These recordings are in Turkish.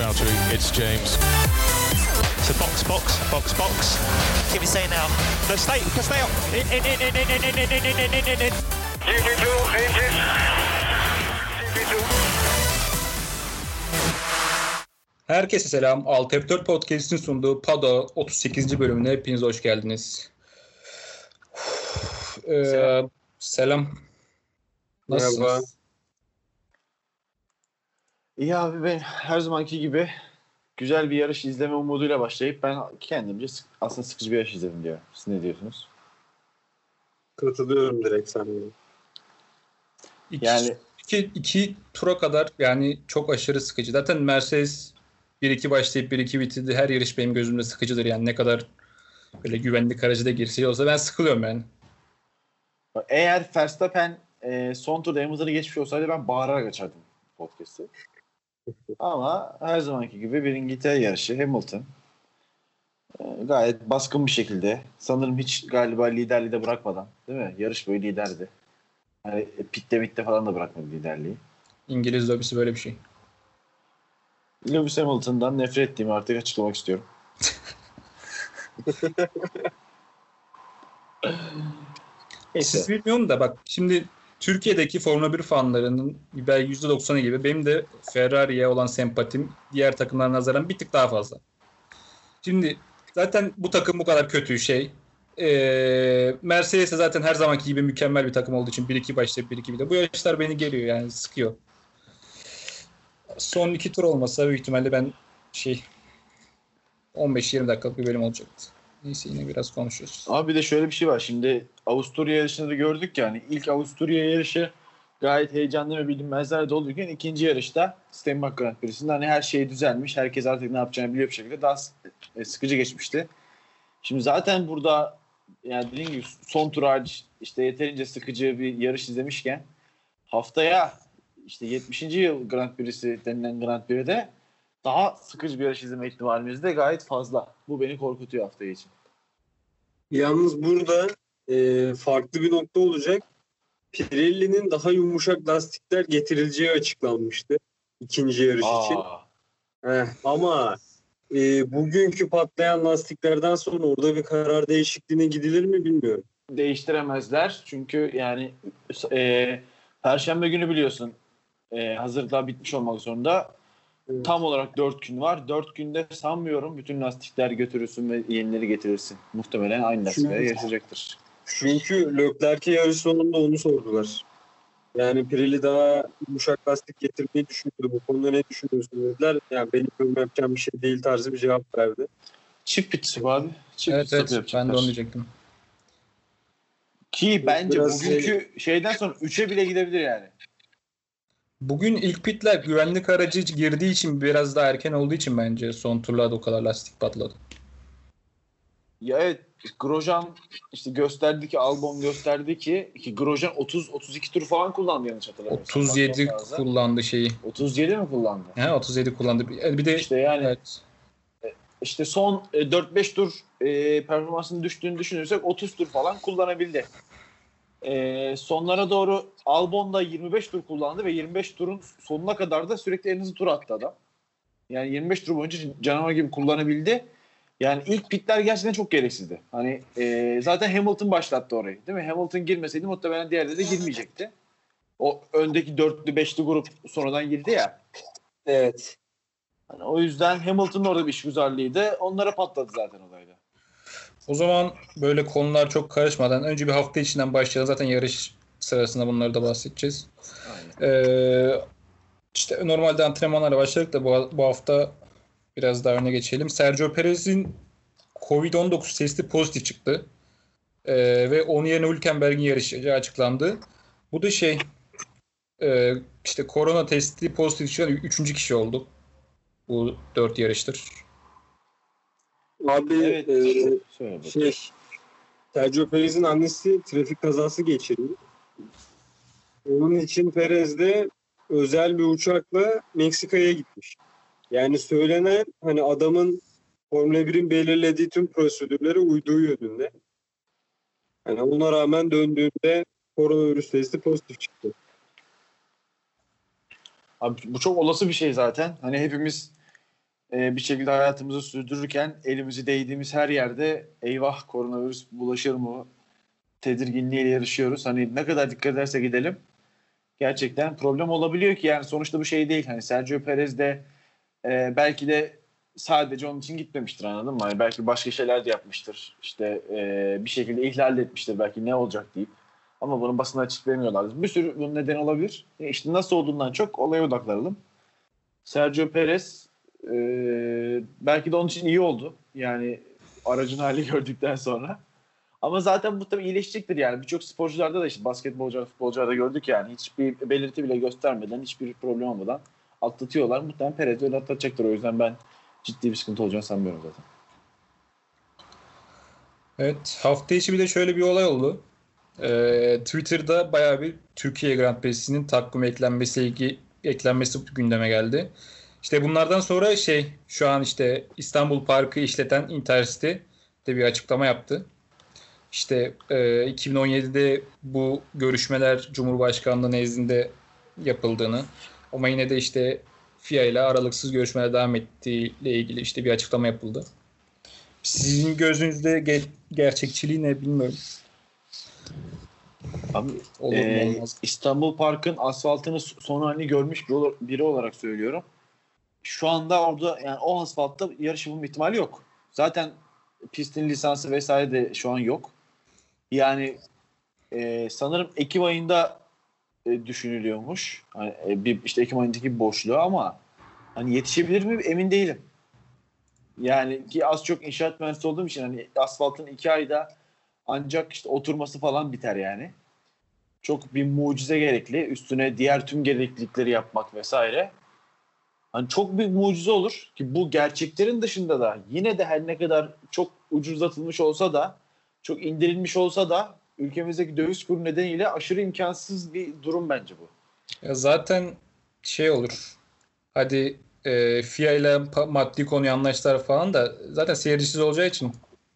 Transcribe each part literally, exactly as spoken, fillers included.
Valtteri, it's James. So box, box, box, box. Give me say now. No, stay, stay up. In, in, in, in, in, in, in, in, in, in, in, in. G P two, engine. G P two. Herkese selam. Alt F dört Podcast'in sunduğu Pado otuz sekizinci bölümüne hepiniz hoş geldiniz. Ee, selam. selam. Nasılsınız? Merhaba. İyi abi, ben her zamanki gibi güzel bir yarış izleme umuduyla başlayıp ben kendimce sık, aslında sıkıcı bir yarış izledim diyor. Siz ne diyorsunuz? Katılıyorum direkt sana. İki, Yani iki, iki tura kadar yani çok aşırı sıkıcı. Zaten Mercedes bir iki başlayıp bir iki bitirdi. Her yarış benim gözümde sıkıcıdır. Yani ne kadar böyle güvenli aracıda girse olsa ben sıkılıyorum yani. eğer Verstappen e, son turda Hamilton'ı geçmiş olsaydı ben bağırarak açardım podcast'ı. Ama her zamanki gibi bir İngiltere yarışı Hamilton e, gayet baskın bir şekilde, sanırım hiç galiba liderliği de bırakmadan, değil mi? Yarış boyu liderdi. Yani pitte mitte falan da bırakmadı liderliği. İngiliz lobisi böyle bir şey. Lewis Hamilton'dan nefret ettiğimi artık açıklamak istiyorum. Siz bilmiyorum da bak şimdi Türkiye'deki Formula bir fanlarının belki yüzde doksanı gibi benim de Ferrari'ye olan sempatim diğer takımlara nazaran bir tık daha fazla. Şimdi zaten bu takım bu kadar kötü şey. Ee, Mercedes'e zaten her zamanki gibi mükemmel bir takım olduğu için bir iki başlayıp bir iki bir de bu yarışlar beni geliyor yani sıkıyor. Son iki tur olmasa büyük ihtimalle ben şey on beş yirmi dakikalık bir bölüm olacaktı. Neyse yine biraz konuşuyoruz. Abi bir de şöyle bir şey var. Şimdi Avusturya yarışını da gördük yani. İlk Avusturya yarışı gayet heyecanlı ve bilinmezlerle doluyken ikinci yarışta Steinbach Grand Prix'sinde hani her şey düzelmiş. Herkes artık ne yapacağını biliyor bir şekilde. Daha sıkıcı geçmişti. Şimdi zaten burada yani dediğim gibi son tur hariç işte yeterince sıkıcı bir yarış izlemişken haftaya işte yetmişinci yıl Grand Prix'si denilen Grand Prix'de daha sıkıcı bir yarış izleme ihtimalimiz de gayet fazla. Bu beni korkutuyor haftaya için. Yalnız burada e, farklı bir nokta olacak. Pirelli'nin daha yumuşak lastikler getirileceği açıklanmıştı ikinci yarış Aa. için. Heh, ama e, bugünkü patlayan lastiklerden sonra orada bir karar değişikliğine gidilir mi bilmiyorum. Değiştiremezler çünkü yani e, Perşembe günü biliyorsun e, hazırlıklar bitmiş olmak zorunda. Evet. Tam olarak dört gün var. dört günde sanmıyorum bütün lastikler götürürsün ve yenileri getirirsin. Muhtemelen aynı lastiklere yarışacaktır. Çünkü Leclerc'e yarış sonunda onu sordular. Yani Pirelli daha yumuşak lastik getirmeyi düşünüyordu. Bu konuda ne düşünüyorsun dediler. Yani benim yorum yapacağım bir şey değil tarzı bir cevap verdi. Çift pit stop abi. Çift Evet pit stop evet yapacaklar. ben de onu diyecektim. Ki bence Biraz bugünkü şeyden sonra üçe bile gidebilir yani. Bugün ilk pitler güvenlik aracı girdiği için biraz daha erken olduğu için bence son turlarda o kadar lastik patladı. Ya evet, Grosjean işte gösterdi ki Albon gösterdi ki, ki Grosjean otuz otuz iki tur falan kullandı yanlış hatırlamıyorsam. otuz yedi kullandı şeyi. otuz yedi mi kullandı? He otuz yedi kullandı. Bir de İşte yani evet. işte son e, dört beş tur e, performansının düştüğünü düşünürsek otuz tur falan kullanabildi. E, sonlara doğru Albon da yirmi beş tur kullandı ve yirmi beş turun sonuna kadar da sürekli en hızlı tur attı adam. Yani yirmi beş tur boyunca canavar gibi kullanabildi. Yani ilk pitler gerçekten çok gereksizdi. Hani e, zaten Hamilton başlattı orayı, değil mi? Hamilton girmeseydi muhtemelen diğerleri de girmeyecekti. O öndeki dörtlü beşli grup sonradan girdi ya. Evet. Yani o yüzden Hamilton'ın orada bir işgüzarlığıydı. Onlara patladı zaten olayda. O zaman böyle konular çok karışmadan önce bir hafta içinden başlayalım. Zaten yarış sırasında bunları da bahsedeceğiz. Aynen. Ee, işte normalde antrenmanlara başladık da bu, bu hafta biraz daha öne geçelim. Sergio Perez'in covid on dokuz testi pozitif çıktı. Ee, ve onun yerine Hülkenberg'in yarışacağı açıklandı. Bu da şey e, işte korona testi pozitif çıkan üçüncü kişi oldu. Bu dört yarıştır. Abi Evet. e, şey Sergio Perez'in annesi trafik kazası geçirdi. Onun için Perez de özel bir uçakla Meksika'ya gitmiş. Yani söylenen hani adamın Formula birin belirlediği tüm prosedürlere uyduğu yönünde. Yani ona rağmen döndüğünde koronavirüs testi pozitif çıktı. Abi bu çok olası bir şey zaten. Hani hepimiz e, bir şekilde hayatımızı sürdürürken elimizi değdiğimiz her yerde eyvah koronavirüs bulaşır mı tedirginliğiyle yarışıyoruz. Hani ne kadar dikkat edersek gidelim gerçekten problem olabiliyor ki yani sonuçta bu şey değil. Hani Sergio Perez de e, belki de sadece onun için gitmemiştir, anladın mı? Hani belki başka şeyler de yapmıştır. İşte e, bir şekilde ihlal de etmiştir belki ne olacak deyip. Ama bunu basına açıklayamıyorlardı. Bir sürü bunun nedeni olabilir. E işte nasıl olduğundan çok olaya odaklanalım. Sergio Perez e, belki de onun için iyi oldu. Yani aracın hali gördükten sonra. Ama zaten bu tabii iyileşecektir yani. Birçok sporcularda da işte basketbolcularda, futbolcularda gördük yani. Hiçbir belirti bile göstermeden, hiçbir problem olmadan atlatıyorlar. Muhtemelen Perez öyle atlatacaktır. O yüzden ben ciddi bir sıkıntı olacağını sanmıyorum zaten. Evet, hafta içi bir de şöyle bir olay oldu. Ee, Twitter'da bayağı bir Türkiye Grand Prix'sinin takvime eklenmesi ilgi eklenmesi gündeme geldi. İşte bunlardan sonra şey şu an işte İstanbul Parkı işleten Intercity de bir açıklama yaptı. İşte e, iki bin on yedide bu görüşmeler Cumhurbaşkanlığı nezdinde yapıldığını ama yine de işte F I A ile aralıksız görüşmeler devam ettiği ile ilgili işte bir açıklama yapıldı. Sizin gözünüzde ge- gerçekçiliği ne bilmiyorum. Abi, Olur e, mu olmaz. İstanbul Park'ın asfaltını son halini görmüş biri olarak söylüyorum. Şu anda orada yani o asfaltta yarış yapılma ihtimali yok. Zaten pistin lisansı vesaire de şu an yok. Yani e, sanırım Ekim ayında e, düşünülüyormuş. Hani, e, bir işte Ekim ayındaki bir boşluğu ama hani yetişebilir mi emin değilim. Yani ki az çok inşaat mühendisi olduğum için hani asfaltın iki ayda ancak işte oturması falan biter yani. Çok bir mucize gerekli. Üstüne diğer tüm gereklilikleri yapmak vesaire. Hani çok büyük mucize olur ki bu gerçeklerin dışında da yine de her ne kadar çok ucuzlatılmış olsa da çok indirilmiş olsa da ülkemizdeki döviz kuru nedeniyle aşırı imkansız bir durum bence bu. Ya zaten şey olur. Hadi e, F I A ile pa- maddi konuyu anlaştılar falan da zaten seyircisiz olacağı için.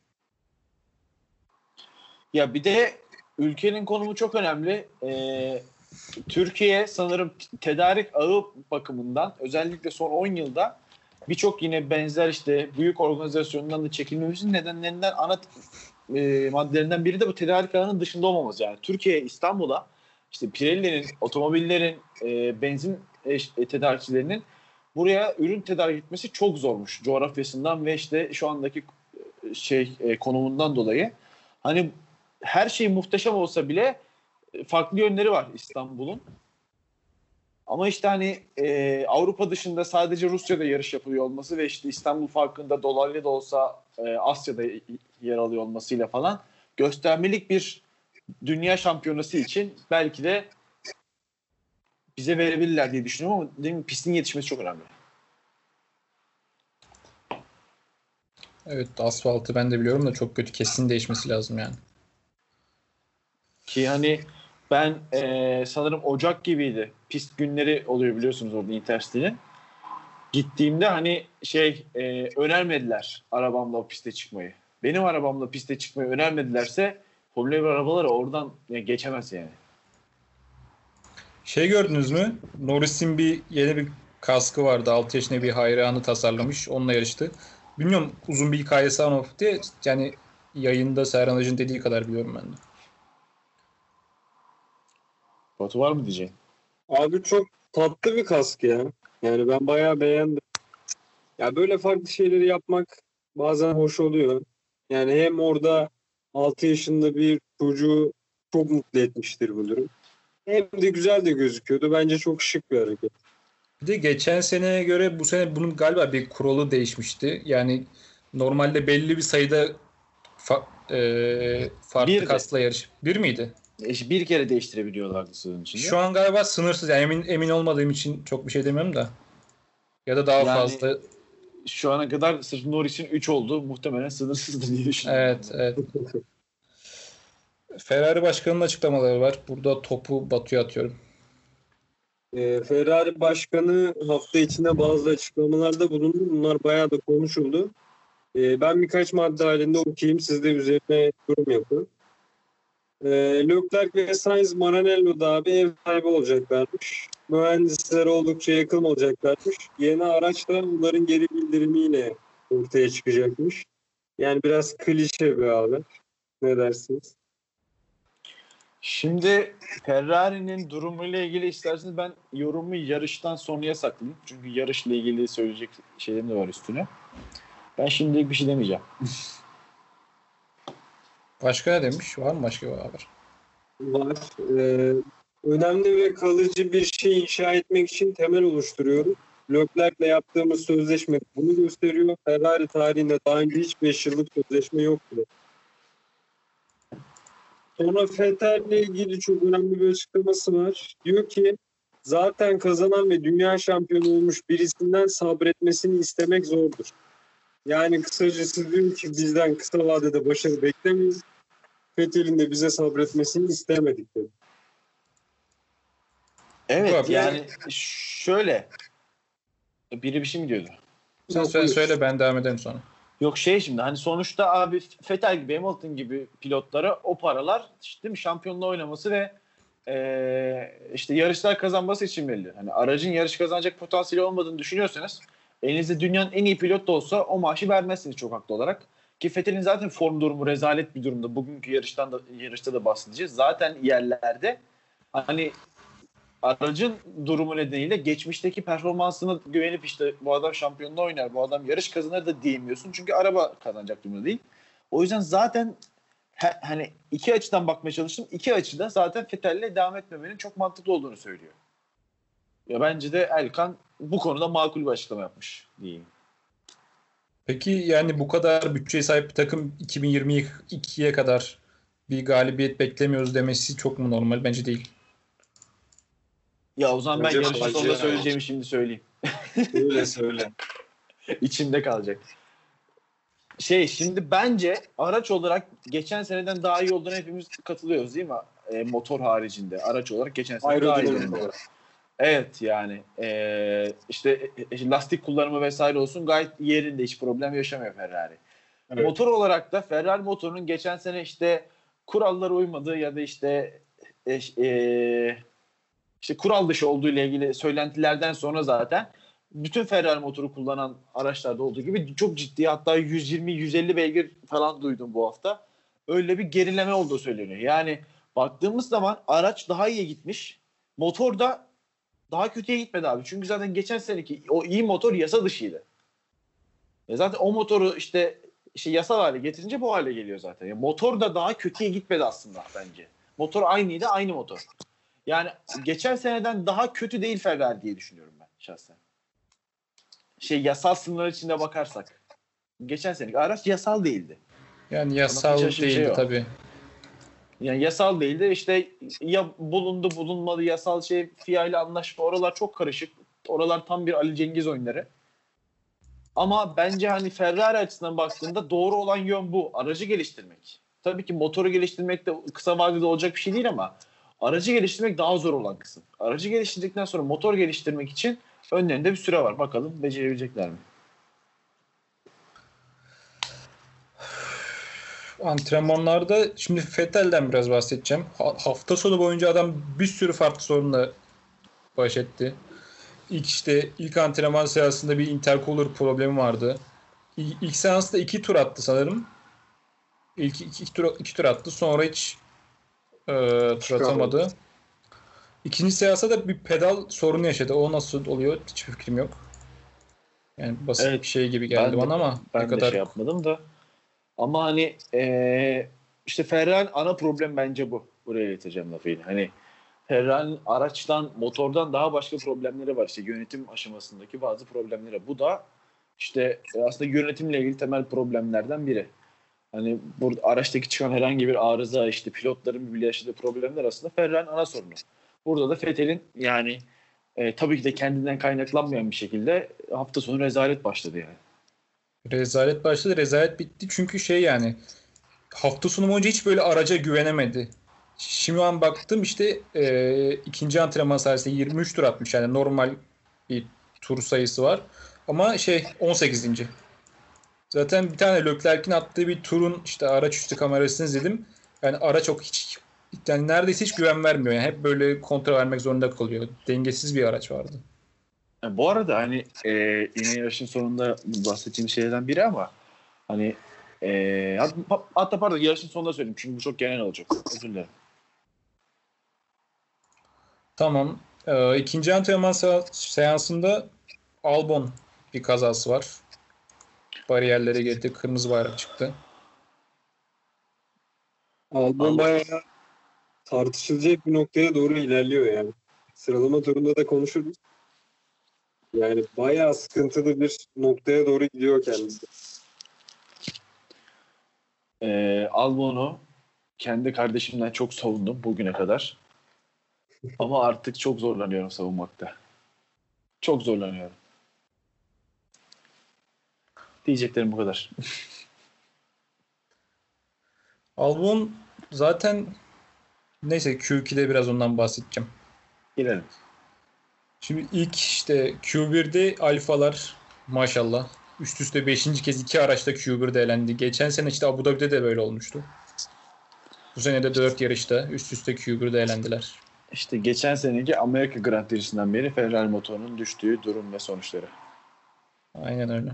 Ya bir de ülkenin konumu çok önemli. Ee, Türkiye sanırım tedarik ağı bakımından özellikle son on yılda birçok yine benzer işte büyük organizasyondan da çekilmemizin nedenlerinden ana e, maddelerinden biri de bu tedarik ağının dışında olmamız. Yani Türkiye, İstanbul'a işte Pirelli'nin, otomobillerin, e, benzin e, tedarikçilerinin buraya ürün tedarik etmesi çok zormuş coğrafyasından ve işte şu andaki şey e, konumundan dolayı. Hani her şey muhteşem olsa bile farklı yönleri var İstanbul'un. Ama işte hani e, Avrupa dışında sadece Rusya'da yarış yapılıyor olması ve işte İstanbul farkında dolaylı da olsa e, Asya'da yer alıyor olmasıyla falan göstermelik bir dünya şampiyonası için belki de bize verebilirler diye düşünüyorum ama dediğim gibi pistin yetişmesi çok önemli. Evet, asfaltı ben de biliyorum da çok kötü, kesin değişmesi lazım yani. Ki hani ben e, sanırım Ocak gibiydi. Pist günleri oluyor biliyorsunuz orada Intercity'nin. Gittiğimde hani şey e, önermediler arabamla o piste çıkmayı. Benim arabamla piste çıkmayı önermedilerse Formula bir arabaları oradan yani geçemez yani. Şey gördünüz mü? Norris'in bir yeni bir kaskı vardı. altı yaşında bir hayranı tasarlamış. Onunla yarıştı. Bilmiyorum, uzun bir hikayesi ama diye yani yayında Serhan Hacı'nın dediği kadar biliyorum ben de. Batu var mı diyeceğim? Abi çok tatlı bir kask ya. Yani ben bayağı beğendim. Ya böyle farklı şeyleri yapmak bazen hoş oluyor. Yani hem orada altı yaşında bir çocuğu çok mutlu etmiştir bu durum. Hem de güzel de gözüküyordu. Bence çok şık bir hareket. Bir de geçen seneye göre bu sene bunun galiba bir kuralı değişmişti. Yani normalde belli bir sayıda fa- e, farklı Bir de. kasla yarış. Bir miydi? İşte bir kere değiştirebiliyorlardı sezon içinde. Şu an galiba sınırsız. Yani emin emin olmadığım için çok bir şey demiyorum da. Ya da daha Yani fazla. şu ana kadar sırf Norris'in üç oldu. Muhtemelen sınırsızdır diye düşünüyorum. Evet, evet. Ferrari başkanının açıklamaları var. Burada topu Batu'ya atıyorum. E, Ferrari Başkanı hafta içinde bazı açıklamalarda bulundu. Bunlar bayağı da konuşuldu. E, ben birkaç madde halinde okuyayım. Siz de üzerine yorum yapın. E, Leclerc ve Sainz Maranello'da abi ev sahibi olacaklarmış. mühendisler oldukça yakın olacaklarmış. Yeni araç da bunların geri bildirimiyle ortaya çıkacakmış. Yani biraz klişe bir haber. Ne dersiniz? Şimdi Ferrari'nin durumuyla ilgili isterseniz ben yorumu yarıştan sonraya saklayayım. Çünkü yarışla ilgili söyleyecek şeylerim de var üstüne. Ben şimdilik bir şey demeyeceğim. Başka ne demiş? Var mı başka bir haber? Var. Ee, önemli ve kalıcı bir şey inşa etmek için temel oluşturuyoruz. Leclerc'le yaptığımız sözleşme bunu gösteriyor. Ferrari tarihinde daha önce hiç beş yıllık sözleşme yoktu. Sonra Vettel'le ilgili çok önemli bir açıklaması var. Diyor ki zaten kazanan ve dünya şampiyonu olmuş birisinden sabretmesini istemek zordur. Yani kısacası diyor ki bizden kısa vadede başarı beklemeyiz. Vettel'in de bize sabretmesini istemedik dedi. Evet Yok, yani şöyle biri bir şey mi diyordu? Sen Yok, söyle, buyur. söyle ben devam ederim sonra. Yok şey şimdi hani sonuçta abi Vettel gibi Hamilton gibi pilotlara o paralar işte değil mi, şampiyonluğu oynaması ve ee, işte yarışlar kazanması için belli. Hani aracın yarış kazanacak potansiyeli olmadığını düşünüyorsanız elinizde dünyanın en iyi pilot da olsa o maaşı vermezsiniz çok haklı olarak. Ki Vettel'in zaten form durumu rezalet bir durumda. Bugünkü yarıştan da yarışta da bahsedeceğiz. Zaten yerlerde hani aracın durumu nedeniyle geçmişteki performansına güvenip işte bu adam şampiyonluğu oynar, bu adam yarış kazanır da diyemiyorsun. Çünkü araba kazanacak durumda değil. O yüzden zaten he, hani iki açıdan bakmaya çalıştım. İki açıda zaten Vettel'le devam etmemenin çok mantıklı olduğunu söylüyor. Ya bence de Elkan bu konuda makul bir açıklama yapmış diyeyim. Peki yani bu kadar bütçeye sahip bir takım iki bin yirmi ikiye kadar bir galibiyet beklemiyoruz demesi çok mu normal? Bence değil. Ya o zaman ben Bence yarışın facia sonunda ya. söyleyeceğimi şimdi söyleyeyim. Öyle söyle. İçimde kalacak. Şey şimdi bence araç olarak geçen seneden daha iyi olduğuna hepimiz katılıyoruz değil mi? E, motor haricinde. Araç olarak geçen sene daha iyi. Aerodinamik. Evet yani e, işte e, lastik kullanımı vesaire olsun gayet yerinde, hiç problem yaşamıyor Ferrari. Evet. Motor olarak da Ferrari motorunun geçen sene işte kurallara uymadığı ya da işte e, e, işte kural dışı olduğu ile ilgili söylentilerden sonra zaten bütün Ferrari motoru kullanan araçlarda olduğu gibi çok ciddi, hatta yüz yirmi yüz elli beygir falan duydum bu hafta. Öyle bir gerileme olduğu söyleniyor. Yani baktığımız zaman araç daha iyi gitmiş. Motor da daha kötüye gitmedi abi. Çünkü zaten geçen seneki o iyi motor yasa dışıydı. E zaten o motoru işte, işte yasal hale getirince bu hale geliyor zaten. Yani motor da daha kötüye gitmedi aslında bence. Motor aynıydı, aynı motor. Yani geçen seneden daha kötü değil Ferrari diye düşünüyorum ben şahsen. Şey yasal sınırlar içinde bakarsak. Geçen seneki araç yasal değildi. Yani yasal şaşırtıcı değildi şey o. tabii. Yani yasal değildi. İşte ya bulundu bulunmadı yasal şey, F I A ile anlaşma, oralar çok karışık. Oralar tam bir Ali Cengiz oyunları. Ama bence hani Ferrari açısından baktığında doğru olan yön bu. Aracı geliştirmek. Tabii ki motoru geliştirmek de kısa vadede olacak bir şey değil ama aracı geliştirmek daha zor olan kısım. Aracı geliştirdikten sonra motor geliştirmek için önlerinde bir süre var. Bakalım becerebilecekler mi? Antrenmanlarda şimdi Vettel'den biraz bahsedeceğim. Ha- hafta sonu boyunca adam bir sürü farklı sorunla baş etti. İlk işte ilk antrenman seansında bir intercooler problemi vardı. İlk, ilk seansta iki tur attı sanırım. İlk iki, iki tur iki tur attı. Sonra hiç e, tur atamadı. İkinci seansta da bir pedal sorunu yaşadı. O nasıl oluyor? Hiçbir fikrim yok. Yani basit Evet, bir şey gibi geldi ben de- bana ama Ben ne de kadar şey yapmadım da. Ama hani ee, işte Ferrari'nin ana problem bence bu. Buraya getireceğim lafı yine. Hani Ferrari'nin araçtan, motordan daha başka problemleri var. İşte yönetim aşamasındaki bazı problemleri. Bu da işte aslında yönetimle ilgili temel problemlerden biri. Hani burada araçtaki çıkan herhangi bir arıza, işte pilotların bile yaşadığı problemler aslında Ferrari'nin ana sorunu. Burada da Vettel'in yani e, tabii ki de kendinden kaynaklanmayan bir şekilde hafta sonu rezalet başladı yani. rezalet başladı. Rezalet bitti çünkü şey yani hafta sonu boyunca hiç böyle araca güvenemedi. Şimdi an baktım işte e, ikinci antrenman sayesinde yirmi üç tur atmış. Yani normal bir tur sayısı var. Ama şey on sekizinci Zaten bir tane Leclerc'in attığı bir turun işte araç üstü kamerasını izledim. Yani araç çok hiç yani neredeyse hiç güven vermiyor. Yani hep böyle kontrol vermek zorunda kalıyor. Dengesiz bir araç vardı. Yani bu arada hani e, yine yarışın sonunda bahsettiğim şeylerden biri ama hani e, hatta, hatta pardon yarışın sonunda söyleyeyim çünkü bu çok genel olacak. Özür dilerim. Tamam. Ee, ikinci antrenman se- seansında Albon bir kazası var. Bariyerlere girdi. Kırmızı bayrak çıktı. Albon bayağı tartışılacak bir noktaya doğru ilerliyor yani. Sıralama turunda da konuşuruz. Yani bayağı sıkıntılı bir noktaya doğru gidiyor kendisi. E, Albon'u kendi kardeşimden çok savundum bugüne kadar. Ama artık çok zorlanıyorum savunmakta. Çok zorlanıyorum. Diyeceklerim bu kadar. Albon zaten neyse Q iki'de biraz ondan bahsedeceğim. Girelim. Şimdi ilk işte Q bir'de alfalar maşallah üst üste beşinci kez iki araçta Q bir'de elendi. Geçen sene işte Abu Dhabi'de de böyle olmuştu. Bu sene de dört yarışta üst üste Q bir'de elendiler. İşte geçen seneki Amerika Grand Prix'sinden beri Ferrari motorunun düştüğü durum ve sonuçları. Aynen öyle.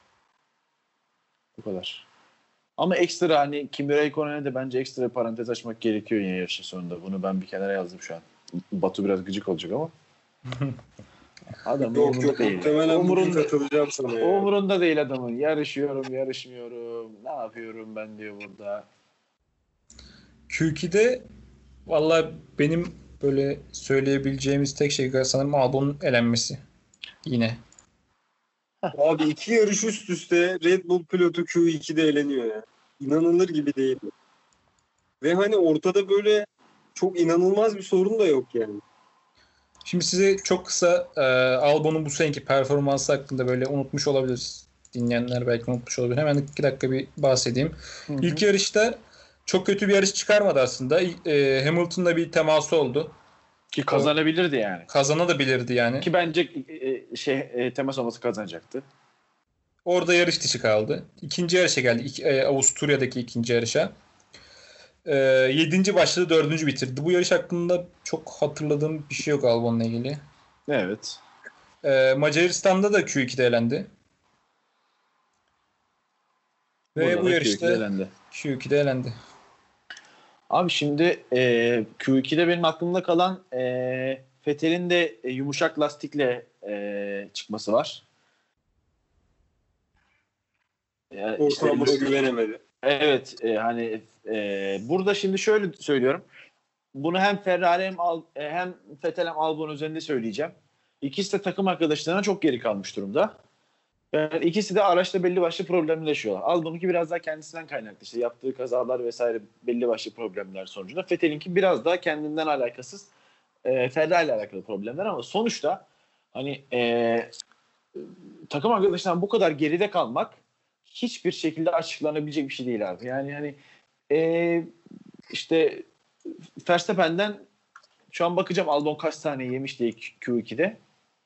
Bu kadar. Ama ekstra hani Kimi Räikkönen'e de bence ekstra parantez açmak gerekiyor yine yarışın sonunda. Bunu ben bir kenara yazdım şu an. Batu biraz gıcık olacak ama. Adam Yok umurunda yok değil. muhtemelen bugün Umurunda, katılacağım sana ya. umurunda değil adamın. Yarışıyorum, yarışmıyorum. Ne yapıyorum ben diyor burada. Q iki'de valla benim böyle söyleyebileceğimiz tek şey sanırım Albon'un elenmesi. Yine. Abi iki yarış üst üste Red Bull pilotu Q iki'de eleniyor ya. İnanılır gibi değil. Ve hani ortada böyle çok inanılmaz bir sorun da yok yani. Şimdi size çok kısa e, Albon'un bu seneki performansı hakkında böyle unutmuş olabiliriz. Dinleyenler belki unutmuş olabilir. Hemen iki dakika bir bahsedeyim. Hı-hı. İlk yarışta çok kötü bir yarış çıkarmadı aslında. E, Hamilton'la bir teması oldu. Ki kazanabilirdi yani. Kazanabilirdi yani. Ki bence e, şey e, temas olması kazanacaktı. Orada yarış dışı kaldı. İkinci yarışa geldi. İki, e, Avusturya'daki ikinci yarışa. E, yedinci başladı, dördüncü bitirdi. Bu yarış hakkında çok hatırladığım bir şey yok Albon'la ilgili. Evet. E, Macaristan'da da Q iki'de elendi. Ve Burada bu da yarışta Q iki'de elendi. Q iki'de elendi. Abi şimdi e, Q iki'de benim aklımda kalan e, Vettel'in de e, yumuşak lastikle e, çıkması var. Yani Ortamına işte, güvenemedi. evet e, hani e, burada şimdi şöyle söylüyorum. Bunu hem Ferrari hem, Al, e, hem Vettel hem Albon üzerinde söyleyeceğim. İkisi de takım arkadaşlarına çok geri kalmış durumda. Yani ikisi de araçta belli başlı problemler yaşıyorlar. Albon'unki biraz daha kendisinden kaynaklı. İşte yaptığı kazalar vesaire belli başlı problemler sonucunda. Vettel'inki biraz daha kendinden alakasız. E, Ferrari ile alakalı problemler ama sonuçta hani e, takım arkadaşından bu kadar geride kalmak hiçbir şekilde açıklanabilecek bir şey değil abi. Yani hani e, işte Verstappen'den şu an bakacağım Albon kaç tane yemiş diye Q iki'de.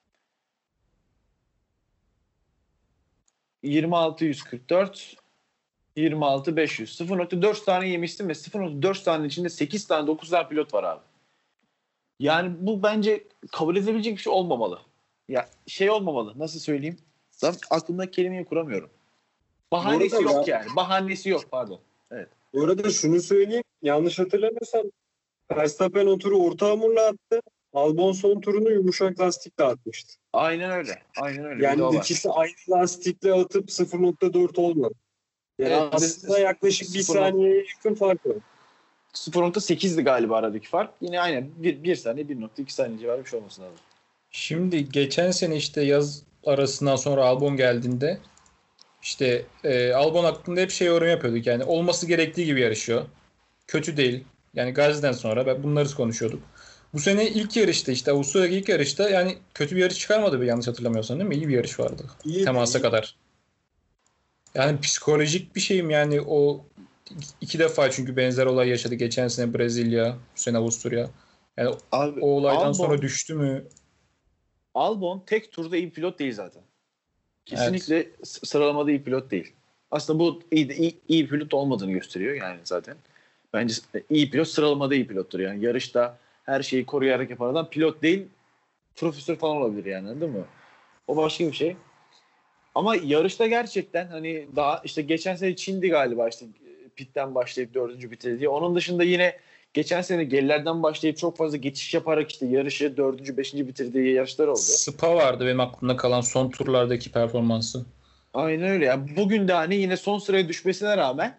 yirmi altı yüz kırk dört yirmi altı beş yüz sıfır nokta dört tane yemiştim ve sıfır nokta dört tane içinde sekiz tane dokuz tane pilot var abi. Yani bu bence kabul edilebilecek bir şey olmamalı. Ya şey olmamalı. Nasıl söyleyeyim? Zaten aklımda kelimeyi kuramıyorum. Bahanesi Doğru da yok ya. yani. Bahanesi yok pardon. Evet. Bu arada şunu söyleyeyim. Yanlış hatırlamıyorsam Verstappen o turu orta hamurla attı. Albon son turunu yumuşak lastikle atmıştı. Aynen öyle. Aynen öyle. Bir de o Yani var. ikisi aynı lastikle atıp sıfır nokta dört olmadı. Yani Evet, aslında yaklaşık bir sıfır- saniyeye yakın fark var. sıfır nokta sekizdi galiba aradaki fark. Yine aynen bir, bir saniye bir nokta iki saniye civarı bir şey olması lazım. Şimdi geçen sene işte yaz arasından sonra Albon geldiğinde işte e, Albon hakkında hep şey yorum yapıyorduk. Yani olması gerektiği gibi yarışıyor. Kötü değil. Yani Gazi'den sonra ben bunları konuşuyorduk. Bu sene ilk yarışta işte Avusturya'daki ilk yarışta yani kötü bir yarış çıkarmadı bir yanlış hatırlamıyorsan değil mi? İyi bir yarış vardı. İyi, Temasa iyi. kadar. Yani psikolojik bir şeyim yani o iki defa çünkü benzer olay yaşadı. Geçen sene Brezilya, bu sene Avusturya. Yani Abi, o olaydan Albon, sonra düştü mü? Albon tek turda iyi pilot değil zaten. Kesinlikle evet. Sıralamada iyi pilot değil. Aslında bu iyi, iyi, iyi pilot olmadığını gösteriyor yani zaten. Bence iyi pilot, sıralamada iyi pilottur yani. Yarışta her şeyi koruyarak yapan adam pilot değil, profesör falan olabilir yani, anladın mı? O başka bir şey. Ama yarışta gerçekten hani daha işte geçen sene Çin'di galiba, işte pitten başlayıp dördüncü bitirdi diye. Onun dışında yine geçen sene gerilerden başlayıp çok fazla geçiş yaparak işte yarışı dördüncü, beşinci bitirdiği yarışlar oldu. Spa vardı benim aklımda kalan son turlardaki performansı. Aynen öyle. Yani bugün de hani yine son sıraya düşmesine rağmen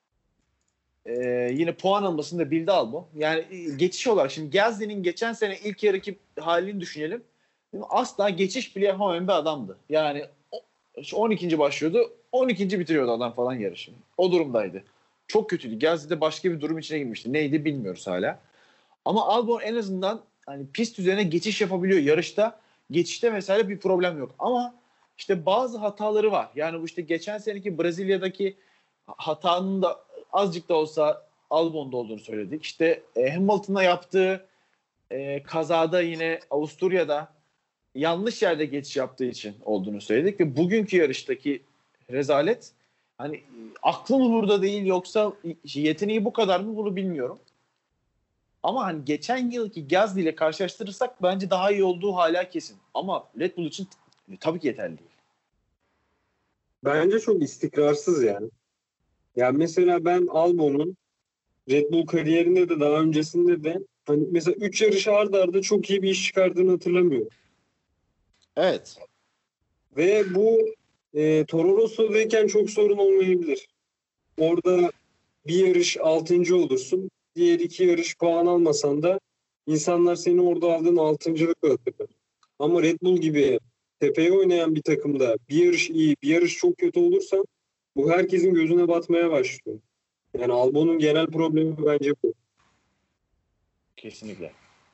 e, yine puan almasını da bildi Albon. Yani e, geçiş olarak şimdi Gasly'nin geçen sene ilk yarıki halini düşünelim. Asla geçiş bile yapamayan bir adamdı. Yani on ikinci başlıyordu, on ikinci bitiriyordu adam falan yarışı. O durumdaydı. Çok kötüydü. Gasly de başka bir durum içine girmişti. Neydi bilmiyoruz hala. Ama Albon en azından hani pist üzerine geçiş yapabiliyor. Yarışta, geçişte mesela bir problem yok. Ama işte bazı hataları var. Yani bu işte geçen seneki Brezilya'daki hatanın da azıcık da olsa Albon'da olduğunu söyledik. İşte e, Hamilton'a yaptığı e, kazada yine Avusturya'da yanlış yerde geçiş yaptığı için olduğunu söyledik ve bugünkü yarıştaki rezalet, hani aklı mı burada değil yoksa yeteneği bu kadar mı, bunu bilmiyorum. Ama hani geçen yılki Gasly ile karşılaştırırsak bence daha iyi olduğu hala kesin. Ama Red Bull için t- tabii ki yeterli değil. Bence çok istikrarsız yani. Yani mesela ben Albon'un Red Bull kariyerinde de daha öncesinde de hani mesela üç yarış arda arda çok iyi bir iş çıkardığını hatırlamıyorum. Evet. Ve bu e, Toro Rosso'dayken çok sorun olmayabilir. Orada bir yarış altıncı olursun. Diğer iki yarış puan almasan da insanlar seni orada aldığın altıncılıkla hatırlar. Ama Red Bull gibi tepeye oynayan bir takımda bir yarış iyi, bir yarış çok kötü olursa bu herkesin gözüne batmaya başlıyor. Yani Albon'un genel problemi bence bu. Kesinlikle.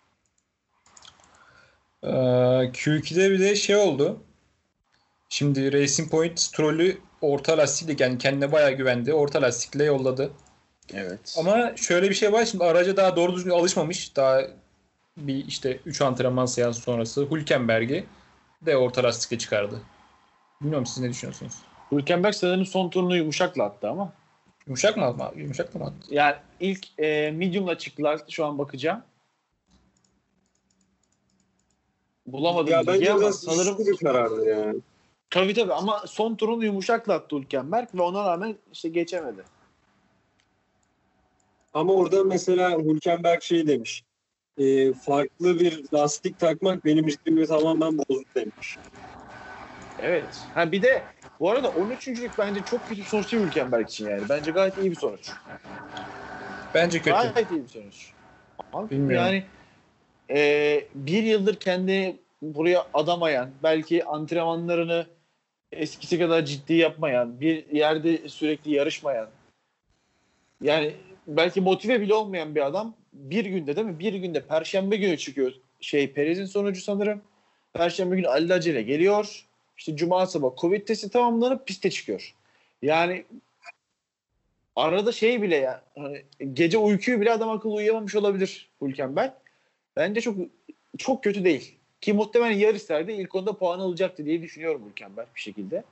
Ee, Q iki'de bir de şey oldu. Şimdi Racing Point Stroll'ü orta lastikle, yani kendine bayağı güvendi. Orta lastikle yolladı. Evet. Ama şöyle bir şey var. Şimdi araca daha doğru düzgün alışmamış. Daha bir işte üç antrenman seansı sonrası Hülkenberg'i de orta lastikle çıkardı. Bilmiyorum, siz ne düşünüyorsunuz? Hülkenberg sanırım son turunu yumuşakla attı ama. Yumuşak mı atma? Yumuşak mı attı? Yani ilk e, medium'la çıktılar. Şu an bakacağım. Bulamadım Ya bilgi bence ama biraz sanırım riskli bir karardı yani. tabii tabii ama son turunu yumuşakla attı Hülkenberg ve ona rağmen işte geçemedi. Ama orada mesela Hülkenberg şey demiş. E, farklı bir lastik takmak benim ritmimi tamamen bozdu demiş. Evet. Ha bir de bu arada on üçüncülük bence çok kötü bir sonuç değil Hülkenberg için yani. Bence gayet iyi bir sonuç. Bence kötü. Gayet iyi bir sonuç. Ama Bilmiyorum. yani e, bir yıldır kendini buraya adamayan, belki antrenmanlarını eskisi kadar ciddi yapmayan, bir yerde sürekli yarışmayan, yani belki motive bile olmayan bir adam bir günde, değil mi? Bir günde Perşembe günü çıkıyor. Şey, Perez'in sonucu sanırım. Perşembe günü alelacele geliyor. İşte Cuma sabah Covid testi tamamlanıp piste çıkıyor. Yani arada şey bile ya, hani gece uykuyu bile adam akıllı uyuyamamış olabilir Hülkenberg. Bence çok çok kötü değil. Ki muhtemelen yarışlarda ilk onda puan alacaktı diye düşünüyorum Hülkenberg bir şekilde.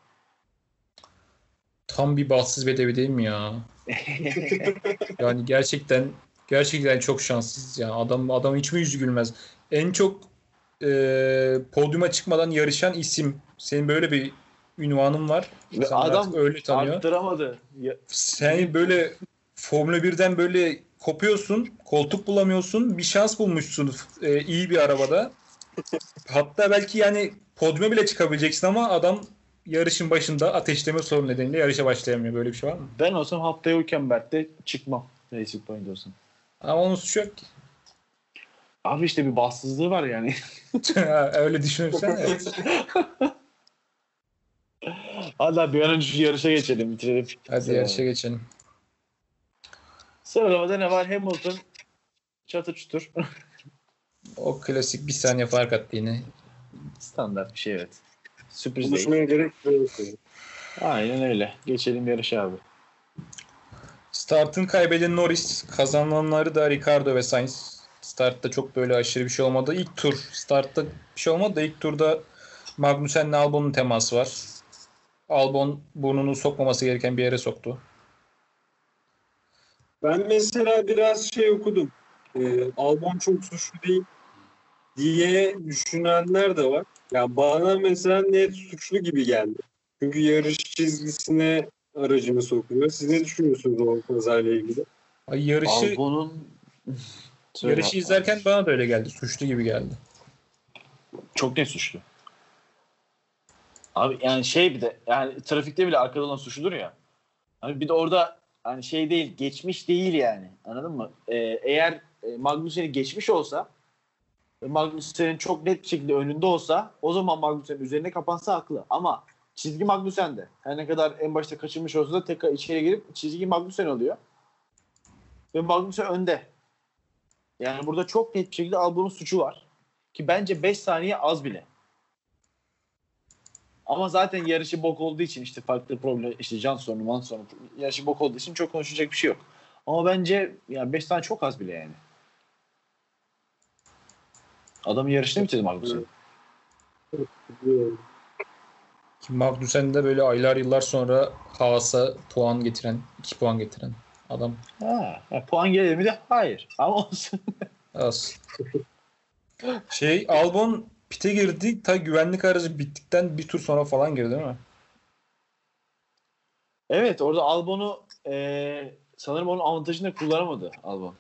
Tam bir bahtsız bedevi değil mi ya? Yani gerçekten gerçekten çok şanssız ya. Adam adam hiç mi yüzü gülmez? En çok e, podyuma çıkmadan yarışan isim. Senin böyle bir ünvanın var. Ve İnsanlar adam artık öyle tanıyor. arttıramadı. Ya, Sen böyle Formula birden böyle kopuyorsun, koltuk bulamıyorsun, bir şans bulmuşsun e, iyi bir arabada. Hatta belki yani podyuma bile çıkabileceksin ama adam yarışın başında ateşleme sorunu nedeniyle yarışa başlayamıyor. Böyle bir şey var mı? ben olsam haftaya Hülkenberg'de çıkmam. Racing Point olsam. Ama onun suçu yok ki. Abi işte bir bahtsızlığı var yani. Öyle düşünürsen evet. Hadi bir an önce şu yarışa geçelim, bitirelim. Hadi yarışa geçelim. Sıralamada ne var? Hamilton çatır çutur. O klasik bir saniye fark attı yine. Standart bir şey, evet. Sürpriz değil. Konuşmaya gerek yok. Aynen öyle. Geçelim yarışa abi. Startın kaybeden Norris, kazananları da Ricardo ve Sainz. Startta çok böyle aşırı bir şey olmadı. İlk tur startta bir şey olmadı da ilk turda Magnussen'le Albon'un teması var. Albon burnunu sokmaması gereken bir yere soktu. Ben mesela biraz şey okudum. Ee, Albon çok suçlu değil diye düşünenler de var. Ya bana mesela net suçlu gibi geldi. Çünkü yarış çizgisine aracını sokuyor. Siz ne düşünüyorsunuz o kazayla ilgili? Ay, yarışı Albon'un Söyle yarışı abi. izlerken bana da öyle geldi. Suçlu gibi geldi. Çok net suçlu. Abi yani şey bir de yani trafikte bile arkada olan suçludur ya. Hani bir de orada hani şey değil, geçmiş değil yani. Anladın mı? Ee, eğer e, Magnussen'i geçmiş olsa ve Magnussen'in çok net bir şekilde önünde olsa o zaman Magnussen'in üzerine kapansa haklı. Ama çizgi Magnussen'de. Her ne kadar en başta kaçırmış olsa da tekrar içeri girip çizgi Magnussen oluyor. Ve Magnussen önde. Yani burada çok net bir şekilde Albon'un suçu var. Ki bence beş saniye az bile. Ama zaten yarışı bok olduğu için işte farklı problem, işte can sorunu, man sorunu, yarışı bok olduğu için çok konuşacak bir şey yok. Ama bence yani beş tane çok az bile yani. Adamın yarışını bitirdi Magnussen. Ki Magnussen de böyle aylar yıllar sonra Haas'a puan getiren, iki puan getiren adam. Ha, ha, puan gelir mi de? Hayır. Ama olsun. Az. Şey Albon pite girdi. Ta güvenlik aracı bittikten bir tur sonra falan girdi değil mi? Evet, orada Albon'u e, sanırım onun avantajını kullanamadı Albon.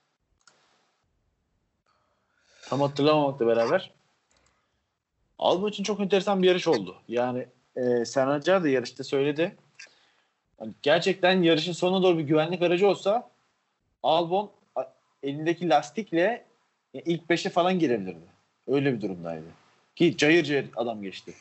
Tam hatırlamamakla beraber. Albon için çok enteresan bir yarış oldu. Yani e, Serhan Acar da yarışta söyledi. Yani gerçekten yarışın sonuna doğru bir güvenlik aracı olsa Albon a- elindeki lastikle e, ilk beşe falan girebilirdi. Öyle bir durumdaydı. Ki cayır cayır adam geçti.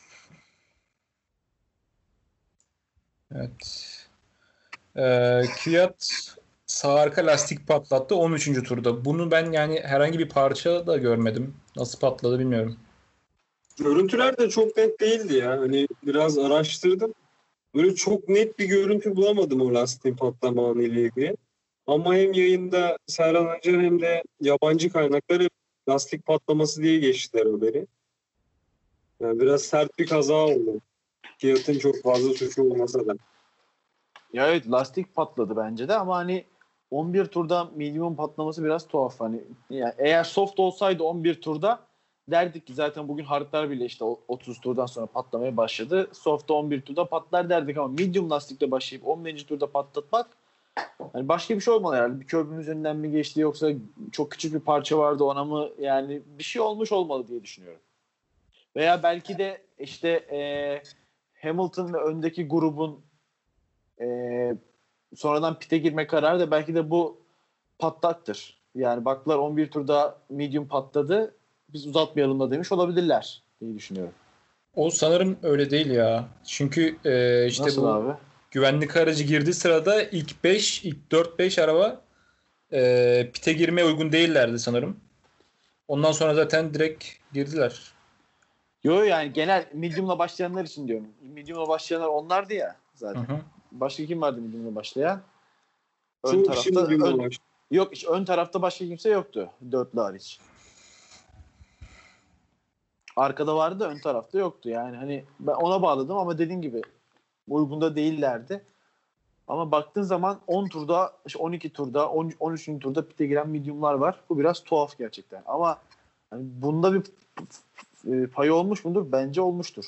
Evet. Ee, Kvyat sağ arka lastik patlattı on üçüncü turda. Bunu ben yani herhangi bir parça da görmedim. Nasıl patladı bilmiyorum. Görüntüler de çok net değildi ya. Hani biraz araştırdım. Böyle çok net bir görüntü bulamadım o lastiğin patlama anı ile ilgili. Ama hem yayında Serhan Acar hem de yabancı kaynakları lastik patlaması diye geçtiler haberi. Yani biraz sert bir kaza oldu. Fiat'ın çok fazla suçu olmasa da. Ya evet, lastik patladı bence de ama hani on bir turda medium patlaması biraz tuhaf. Hani yani eğer soft olsaydı on bir turda derdik ki zaten bugün hardlar bile işte otuz turdan sonra patlamaya başladı. Soft'ta on bir turda patlar derdik ama medium lastikle başlayıp on birinci turda patlatmak hani başka bir şey olmalı herhalde. Bir köprünün üzerinden mi geçti yoksa çok küçük bir parça vardı ona mı, yani bir şey olmuş olmalı diye düşünüyorum. Veya belki de işte e, Hamilton ve öndeki grubun e, sonradan pite girme kararı da belki de bu patlaktır. Yani baktılar on bir turda medium patladı, biz uzatmayalım da demiş olabilirler diye düşünüyorum. O sanırım öyle değil ya. Çünkü e, işte Nasıl bu abi? güvenlik aracı girdiği sırada ilk beş, ilk dört beş araba e, pite girmeye uygun değillerdi sanırım. Ondan sonra zaten direkt girdiler. Yo yani genel medium'la başlayanlar için diyorum. Medium'la başlayanlar onlardı ya zaten. Hı hı. Başka kim vardı medium'la başlayan? Ön Çok tarafta şimdi ön, var. yok işte ön tarafta başka kimse yoktu. Dörtlü hariç. Arkada vardı da ön tarafta yoktu. Yani hani ben ona bağladım ama dediğim gibi uygunda değillerdi. Ama baktığın zaman on turda, on iki turda, on, on üçüncü turda pite giren medium'lar var. Bu biraz tuhaf gerçekten. Ama hani bunda bir e, payı olmuş mudur? Bence olmuştur.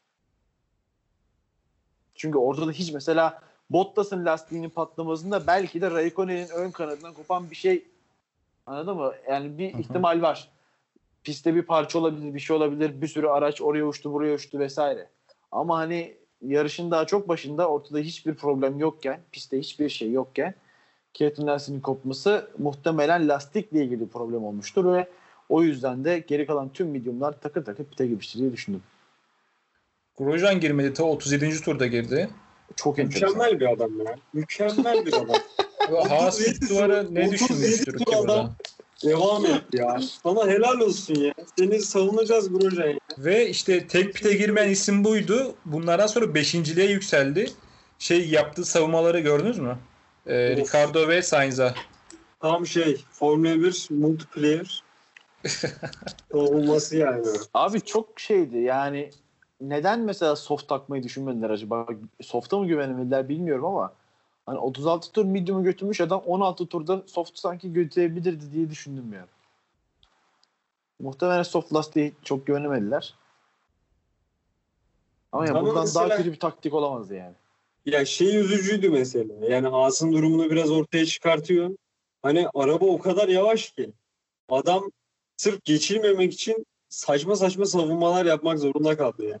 Çünkü ortada hiç mesela Bottas'ın lastiğinin patlamasında belki de Raikkonen'in ön kanadından kopan bir şey, anladın mı? Yani bir Hı hı. ihtimal var. Pistte bir parça olabilir, bir şey olabilir. Bir sürü araç oraya uçtu, buraya uçtu vesaire. Ama hani yarışın daha çok başında ortada hiçbir problem yokken, pistte hiçbir şey yokken Kvyat'ın lastiğinin kopması muhtemelen lastikle ilgili bir problem olmuştur ve o yüzden de geri kalan tüm medium'lar takır takır pite girmiştir diye düşündüm. Grosjean girmedi. Ta otuz yedinci turda girdi. Çok enteresan. Mükemmel bir adam ya. Mükemmel bir adam. Haas otuz yedi duvara tur- ne otuz düşünmüştür yedi ki tur burada? adam devam et ya. Sana helal olsun ya. Seni savunacağız Grosjean ya. Ve işte tek pite girmeyen isim buydu. Bunlardan sonra beşinciliğe yükseldi. Şey yaptığı savunmaları gördünüz mü? Ee, Of. Ricardo ve Sainz'a. Tam şey Formula bir multiplayer savunması yani. Abi çok şeydi yani, neden mesela soft takmayı düşünmediler acaba? Soft'a mı güvenemediler bilmiyorum ama Hani otuz altı tur medium'u götürmüş adam on altı turda soft sanki götürebilirdi diye düşündüm yani. Muhtemelen soft lastiğe çok güvenemediler. Ama ya Ama buradan mesela- daha kötü bir taktik olamazdı yani. Ya şey üzücüydü mesela. Yani Haas'ın durumunu biraz ortaya çıkartıyor. Hani araba o kadar yavaş ki adam sırf geçilmemek için saçma saçma savunmalar yapmak zorunda kaldı yani.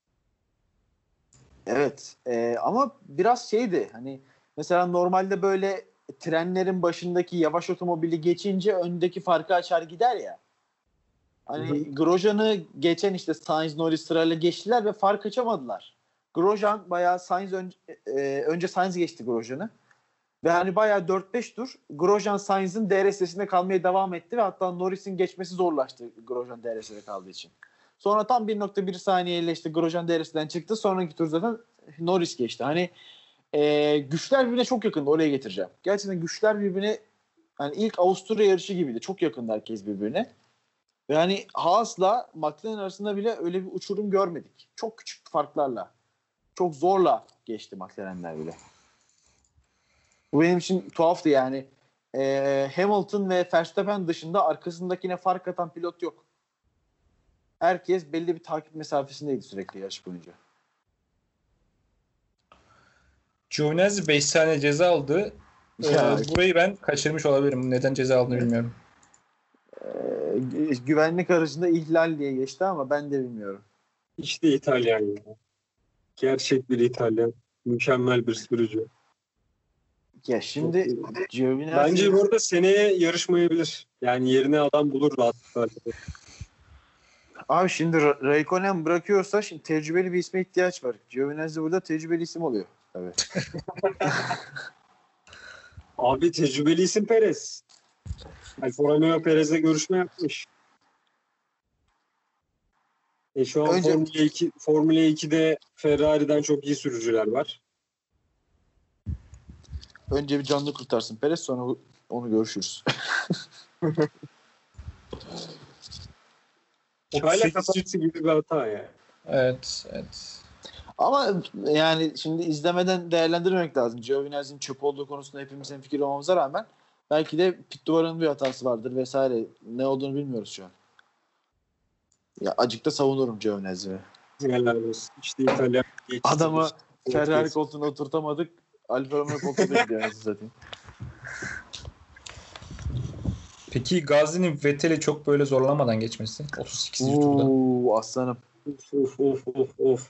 Evet. E, ama biraz şeydi hani mesela normalde böyle trenlerin başındaki yavaş otomobili geçince öndeki farkı açar gider ya. Hani Hı hı. Grosjean'ı geçen işte Sainz, Norris sırayla geçtiler ve fark açamadılar. Grosjean bayağı Sainz önce, e, önce Sainz geçti Grosjean'ı. Ve hani bayağı dört beş tur Grosjean Sainz'in D R S'sinde kalmaya devam etti ve hatta Norris'in geçmesi zorlaştı Grosjean D R S'de kaldığı için. Sonra tam bir nokta bir saniyeyle işte Grosjean D R S'den çıktı. Sonraki tur zaten Norris geçti. Hani e, güçler birbirine çok yakındı. Oraya getireceğim. Gerçekten güçler birbirine hani ilk Avusturya yarışı gibiydi. Çok yakındı herkes birbirine. Ve hani Haas'la McLaren arasında bile öyle bir uçurum görmedik. Çok küçük farklarla. Çok zorla geçti McLaren'ler bile. Bu benim için tuhaftı yani. Ee, Hamilton ve Verstappen dışında arkasındakine fark atan pilot yok. Herkes belli bir takip mesafesindeydi sürekli yarış boyunca. Giovinazzi beş saniye ceza aldı. Ee, Ya. burayı ben kaçırmış olabilirim. Neden ceza aldığını bilmiyorum. Ee, gü- güvenlik aracında ihlal diye geçti ama ben de bilmiyorum. İşte İtalyan ya. Gerçek bir İtalyan. Mükemmel bir sürücü. Ya şimdi Giovinazzi... Bence burada seneye yarışmayabilir. Yani yerine adam bulur rahatlıkla. Abi şimdi Ra- Raikkonen bırakıyorsa şimdi tecrübeli bir isme ihtiyaç var. Giovinazzi burada tecrübeli isim oluyor. Evet. Abi tecrübeli isim Perez. Alfa Romeo Perez'le görüşme yapmış. E şu an Önce- Formula iki, Formula iki'de Ferrari'den çok iyi sürücüler var. Önce bir canlı kurtarsın Perez, sonra onu görüşürüz. Çayla otuz sekiz kafası gibi bir hata ya. Evet, evet. Ama yani şimdi izlemeden değerlendirmemek lazım. Giovinazzi'nin çöp olduğu konusunda hepimiz hemfikir olmamıza rağmen belki de pit duvarının bir hatası vardır vesaire. Ne olduğunu bilmiyoruz şu an. Ya acıkta savunurum Giovinazzi'yi. Helal olsun. İşte İtalyan. Adamı Ferrari Ferrari koltuğuna oturtamadık. Alfa Romeo koltuğuna gidiyor anasını satayım. Peki Gazi'nin Vettel'i çok böyle zorlamadan geçmesi. otuz sekizinci turda. Uuu aslanım. Of of of of.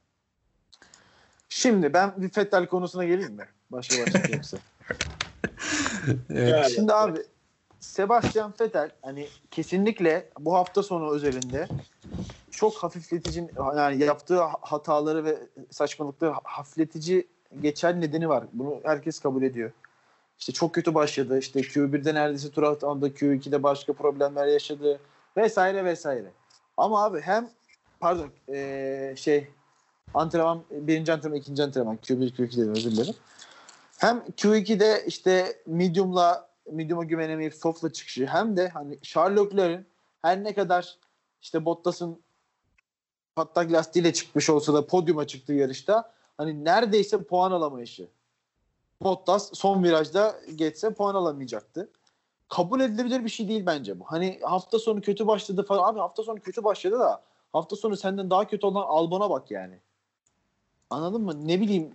Şimdi ben bir Vettel konusuna geleyim mi? Başka başka yoksa. Evet. Yani. Şimdi abi Sebastian Vettel hani kesinlikle bu hafta sonu özelinde çok hafifletici yani yaptığı hataları ve saçmalıkları hafifletici geçen nedeni var. Bunu herkes kabul ediyor. İşte çok kötü başladı. İşte Q bir'de neredeyse tur atamadı. Q iki'de başka problemler yaşadı. Vesaire vesaire. Ama abi hem pardon ee, şey antrenman birinci antrenman ikinci antrenman Q bir Q iki dedim özür dilerim. Hem Q iki'de işte medium'la medium'a güvenemeyip soft'la çıkışı hem de hani Charles Leclerc'in her ne kadar işte Bottas'ın patlak lastiğiyle çıkmış olsa da podyuma çıktığı yarışta hani neredeyse puan alamayışı. Bottas son virajda geçse puan alamayacaktı. Kabul edilebilir bir şey değil bence bu. Hani hafta sonu kötü başladı falan. Abi hafta sonu kötü başladı da hafta sonu senden daha kötü olan Albon'a bak yani. Anladın mı? Ne bileyim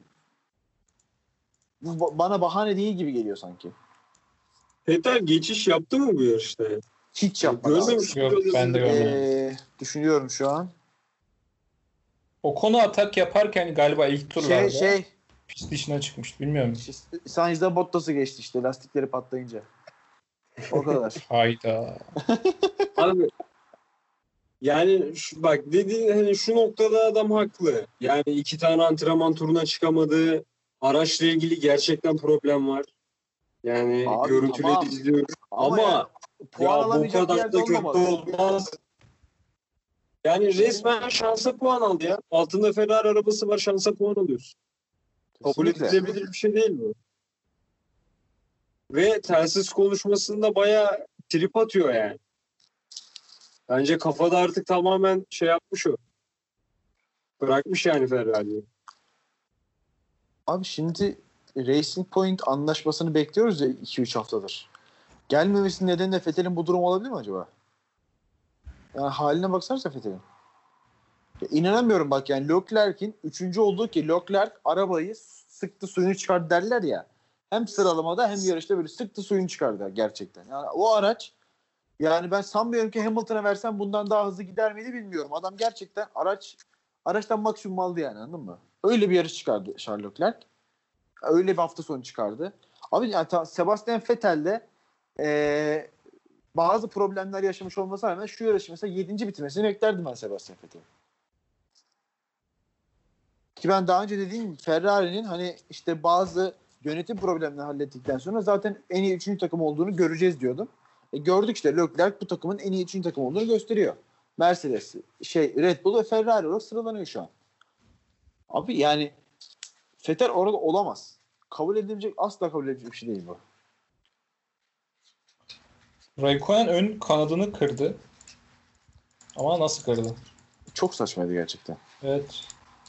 bu bana bahane değil gibi geliyor sanki. Vettel geçiş yaptı mı bu yarışta? Hiç yapmadı. Görmemiş Yok, gibi ben de gözüküyor. görmedim. Ee, düşünüyorum şu an. O konu atak yaparken galiba ilk turlarda Şey şey pist dışına çıkmıştı. Bilmiyorum. Sainz'da Bottas'ı geçti işte lastikleri patlayınca. O kadar. Hayda. Abi yani şu, bak dediğin hani şu noktada adam haklı. Yani iki tane antrenman turuna çıkamadı. Araçla ilgili gerçekten problem var. Yani Abi, görüntüleri tamam. izliyoruz. Ama, Ama, yani, puan ya bu alamayacak bir kadar yerde da kötü olmamalı. olmaz. Yani resmen şansa puan aldı ya. Altında Ferrari arabası var, şansa puan alıyorsun. Kabul Kesinlikle. edilebilir bir şey değil bu. Ve telsiz konuşmasında bayağı trip atıyor yani. Bence kafada artık tamamen şey yapmış o. Bırakmış yani Ferrari'yi. Abi şimdi Racing Point anlaşmasını bekliyoruz ya iki üç haftadır. Gelmemesinin nedeni de Vettel'in bu durum olabilir mi acaba? Yani haline baksanıza Vettel'in. Ya inanamıyorum bak yani Leclerc'in üçüncü olduğu ki Leclerc arabayı sıktı suyunu çıkardı derler ya. Hem sıralamada hem yarışta böyle sıktı suyunu çıkardı gerçekten. Yani o araç yani ben sanmıyorum ki Hamilton'a versem bundan daha hızlı gider miydi bilmiyorum. Adam gerçekten araç araçtan maksimum aldı yani anladın mı? Öyle bir yarış çıkardı Charles Leclerc. Öyle bir hafta sonu çıkardı. Abi yani ta, Sebastian Vettel de ee, bazı problemler yaşamış olmasına rağmen şu yarışı mesela yedinci bitirmesini beklerdim ben Sebastian Vettel'in. Ki ben daha önce dediğim gibi Ferrari'nin hani işte bazı yönetim problemlerini hallettikten sonra zaten en iyi üçüncü takım olduğunu göreceğiz diyordum. E gördük işte Leclerc bu takımın en iyi üçüncü takım olduğunu gösteriyor. Mercedes, şey Red Bull ve Ferrari olarak sıralanıyor şu an. Abi yani Vettel orada olamaz. Kabul edilecek, asla kabul edilecek bir şey değil bu. Raikkonen ön kanadını kırdı. Ama nasıl kırdı? Çok saçmaydı gerçekten. Evet.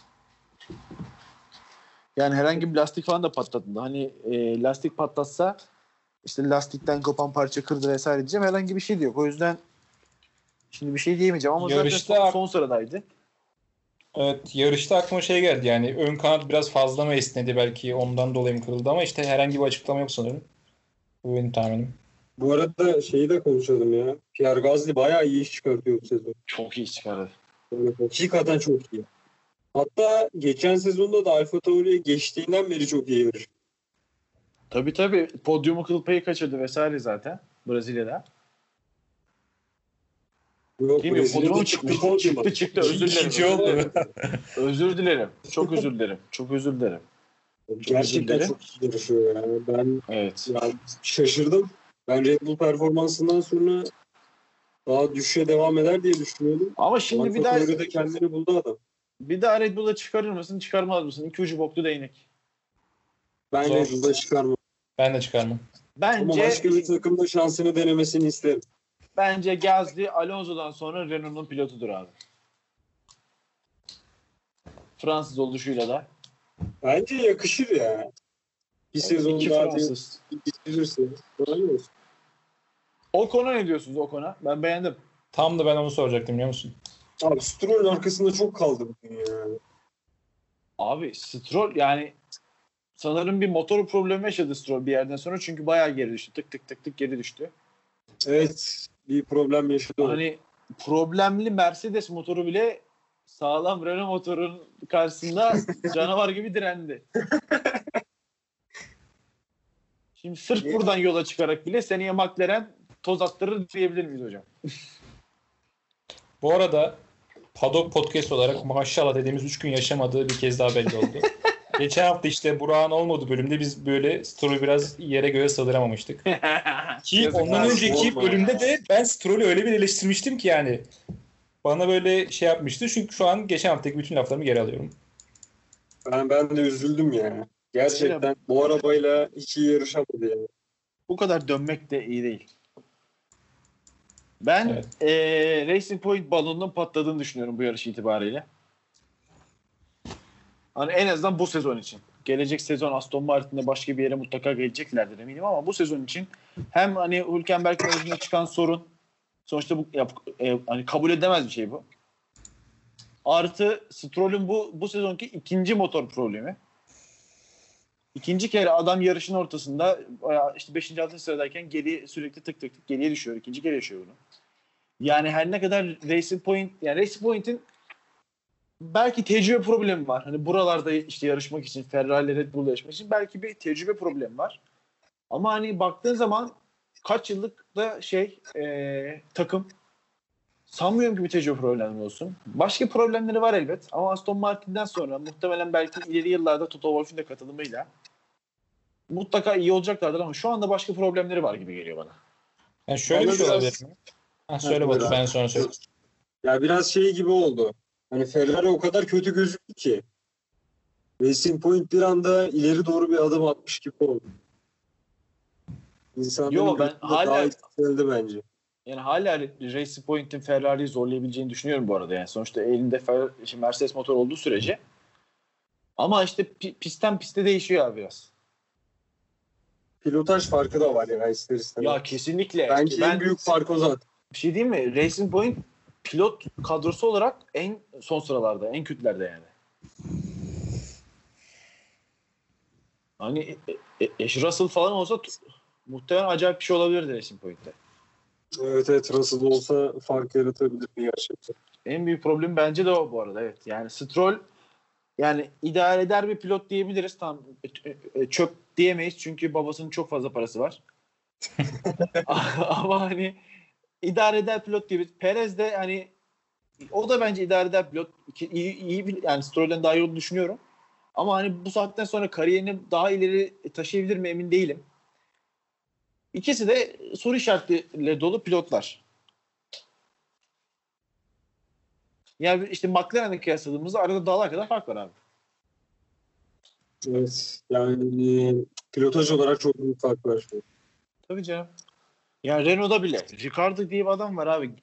Yani herhangi bir lastik falan da patladı. Hani e, lastik patlatsa işte lastikten kopan parça kırdı vesaire diyeceğim. Herhangi bir şey de yok. O yüzden şimdi bir şey diyemeyeceğim ama Yarışta zaten son, son sıradaydı. Evet, yarışta aklıma şey geldi yani ön kanat biraz fazla mı esnedi belki ondan dolayı mı kırıldı ama işte herhangi bir açıklama yok sanırım. Bu benim tahminim. Bu arada şeyi de konuşalım ya. Pierre Gasly bayağı iyi iş çıkartıyor bu sezon. Çok iyi çıkardı. Yani hakikaten çok iyi. Hatta geçen sezonda da Alfa Tauri'yi geçtiğinden beri çok iyi yarış. Tabii tabii. Podyumu kıl payı kaçırdı vesaire zaten. Brezilya'da. Yok, Değil mi? Podyuma çıktı, podyuma. çıktı çıktı. Özür İkinci dilerim. oldu. Özür dilerim. Çok özür dilerim. Çok özür dilerim. Gerçekten dilerim. çok iyi yarışıyor yani. Ben Evet. yani şaşırdım. Ben Red Bull performansından sonra daha düşüşe devam eder diye düşünüyordum. Ama şimdi Alfa bir daha Tauri'de kendini buldu adam. bir daha Red Bull'a çıkarır mısın? Çıkarmaz mısın? İki ucu boklu değnek. Ben Zor. Red Bull'da çıkarmam. Ben de çıkarmam. Ama Bence başka bir takımda şansını denemesini isterim. bence Gasly Alonso'dan sonra Renault'un pilotudur abi. Fransız oluşuyla da. Bence yakışır ya. Bir sezon İki daha Fransız. bitirirse. Öyle olsun. Ocon'a ne diyorsunuz Ocon'a? Ben beğendim. Tam da ben onu soracaktım biliyor musun? Abi Stroll'ün arkasında çok kaldı bugün ya. Abi Stroll yani sanırım bir motor problemi yaşadı Stroll bir yerden sonra çünkü bayağı geri düştü. Tık tık tık tık geri düştü. Evet. Bir problem yaşadı. Hani problemli Mercedes motoru bile sağlam Renault motorun karşısında canavar gibi direndi. Şimdi sırf buradan yola çıkarak bile seneye McLaren toz attırır diyebilir miyiz hocam? Bu arada Paddock Podcast olarak maşallah dediğimiz üç gün yaşamadığı bir kez daha belli oldu. Geçen hafta işte Burak'ın olmadığı bölümde biz böyle Stroll'ü biraz yere göğe sığdıramamıştık. Ki Yazıklar ondan önceki olma. bölümde de ben Stroll'ü öyle bir eleştirmiştim ki yani. Bana böyle şey yapmıştı. Çünkü şu an geçen haftaki bütün laflarımı geri alıyorum. Ben, ben de üzüldüm ya. Gerçekten bu arabayla hiç iyi yarışamadı yani. Bu kadar dönmek de iyi değil. Ben Evet. eee, Racing Point balonunun patladığını düşünüyorum bu yarış itibariyle. Hani en azından bu sezon için. Gelecek sezon Aston Martin'de başka bir yere mutlaka geleceklerdir eminim ama bu sezon için hem hani Hülkenberg'in özünde çıkan sorun sonuçta bu yap, e, hani kabul edemez bir şey bu. Artı Stroll'ün bu bu sezonki ikinci motor problemi. İkinci kere adam yarışın ortasında işte beşinci altıncı sıradayken geri sürekli tık tık tık geriye düşüyor. İkinci kere yaşıyor bunu. Yani her ne kadar Racing Point yani Racing Point'in belki tecrübe problemi var. Hani buralarda işte yarışmak için Ferrari ile Red Bull'la yarışmak için belki bir tecrübe problemi var. Ama hani baktığın zaman kaç yıllık da şey ee, takım sanmıyorum ki bir tecrübe problemi olsun. Başka problemleri var elbet ama Aston Martin'den sonra muhtemelen belki ileri yıllarda Toto Wolff'un da katılımıyla mutlaka iyi olacaklardır ama şu anda başka problemleri var gibi geliyor bana. Yani şöyle Bana bir şey biraz- olabilir mi? Ha, söyle Ha, Batu biraz- ben sonra söyleyeyim. Ya biraz şey gibi oldu. Hani Ferrari o kadar kötü gözüktü ki. Racing Point bir anda ileri doğru bir adım atmış gibi oldu. İnsanların Yo, ben gözünde hala- daha yükseldi bence. Yani hala Racing Point'in Ferrari'yi zorlayabileceğini düşünüyorum bu arada. Yani sonuçta elinde Fer- işte Mercedes motor olduğu sürece. Ama işte pi- pistten piste değişiyor abi biraz. pilotaj farkı da var ya ister istemez. Ya kesinlikle. Bence ben, en büyük fark o zaten. Bir şey diyeyim mi? Racing Point pilot kadrosu olarak en son sıralarda, en kötülerde yani. Hani e, e, Russell falan olsa t- muhtemelen acayip bir şey olabilirdi Racing Point'te. Evet evet Russell olsa fark yaratabilir bir gerçekten. En büyük problem bence de o bu arada. Evet. Yani Stroll yani idare eder bir pilot diyebiliriz. Tam e, e, çöp diyemeyiz çünkü babasının çok fazla parası var. Ama hani idare eder pilot diyebiliriz. Perez de hani o da bence idare eder pilot. İyi, iyi bir, yani Stroll'den daha iyi olduğunu düşünüyorum. Ama hani bu saatten sonra kariyerini daha ileri taşıyabilir mi emin değilim. İkisi de soru işaretiyle dolu pilotlar. Yani işte McLaren'e kıyasladığımızda arada dağlar kadar fark var abi. Evet. Yani pilotaj olarak çok büyük fark var. Tabii canım. Yani Renault'da bile. Ricardo diye bir adam var abi.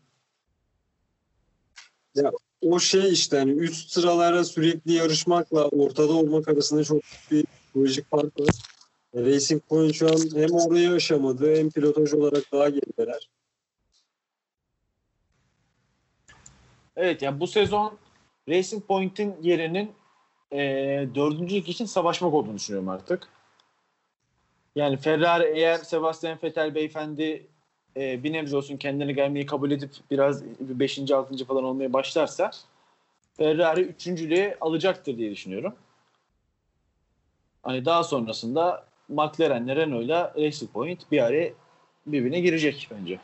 Ya o şey işte hani üst sıralara sürekli yarışmakla ortada olmak arasında çok bir psikolojik fark var. Racing Point şu an hem orayı aşamadı hem pilotaj olarak daha gerideler. Evet yani bu sezon Racing Point'in yerinin e, dördüncülük için savaşmak olduğunu düşünüyorum artık. Yani Ferrari eğer Sebastian Vettel beyefendi e, bir nebze olsun kendini gelmeyi kabul edip biraz beşinci altıncı falan olmaya başlarsa Ferrari üçüncülüğe alacaktır diye düşünüyorum. Hani daha sonrasında McLaren'le Renault'la Racing Point bir araya birbirine girecek bence.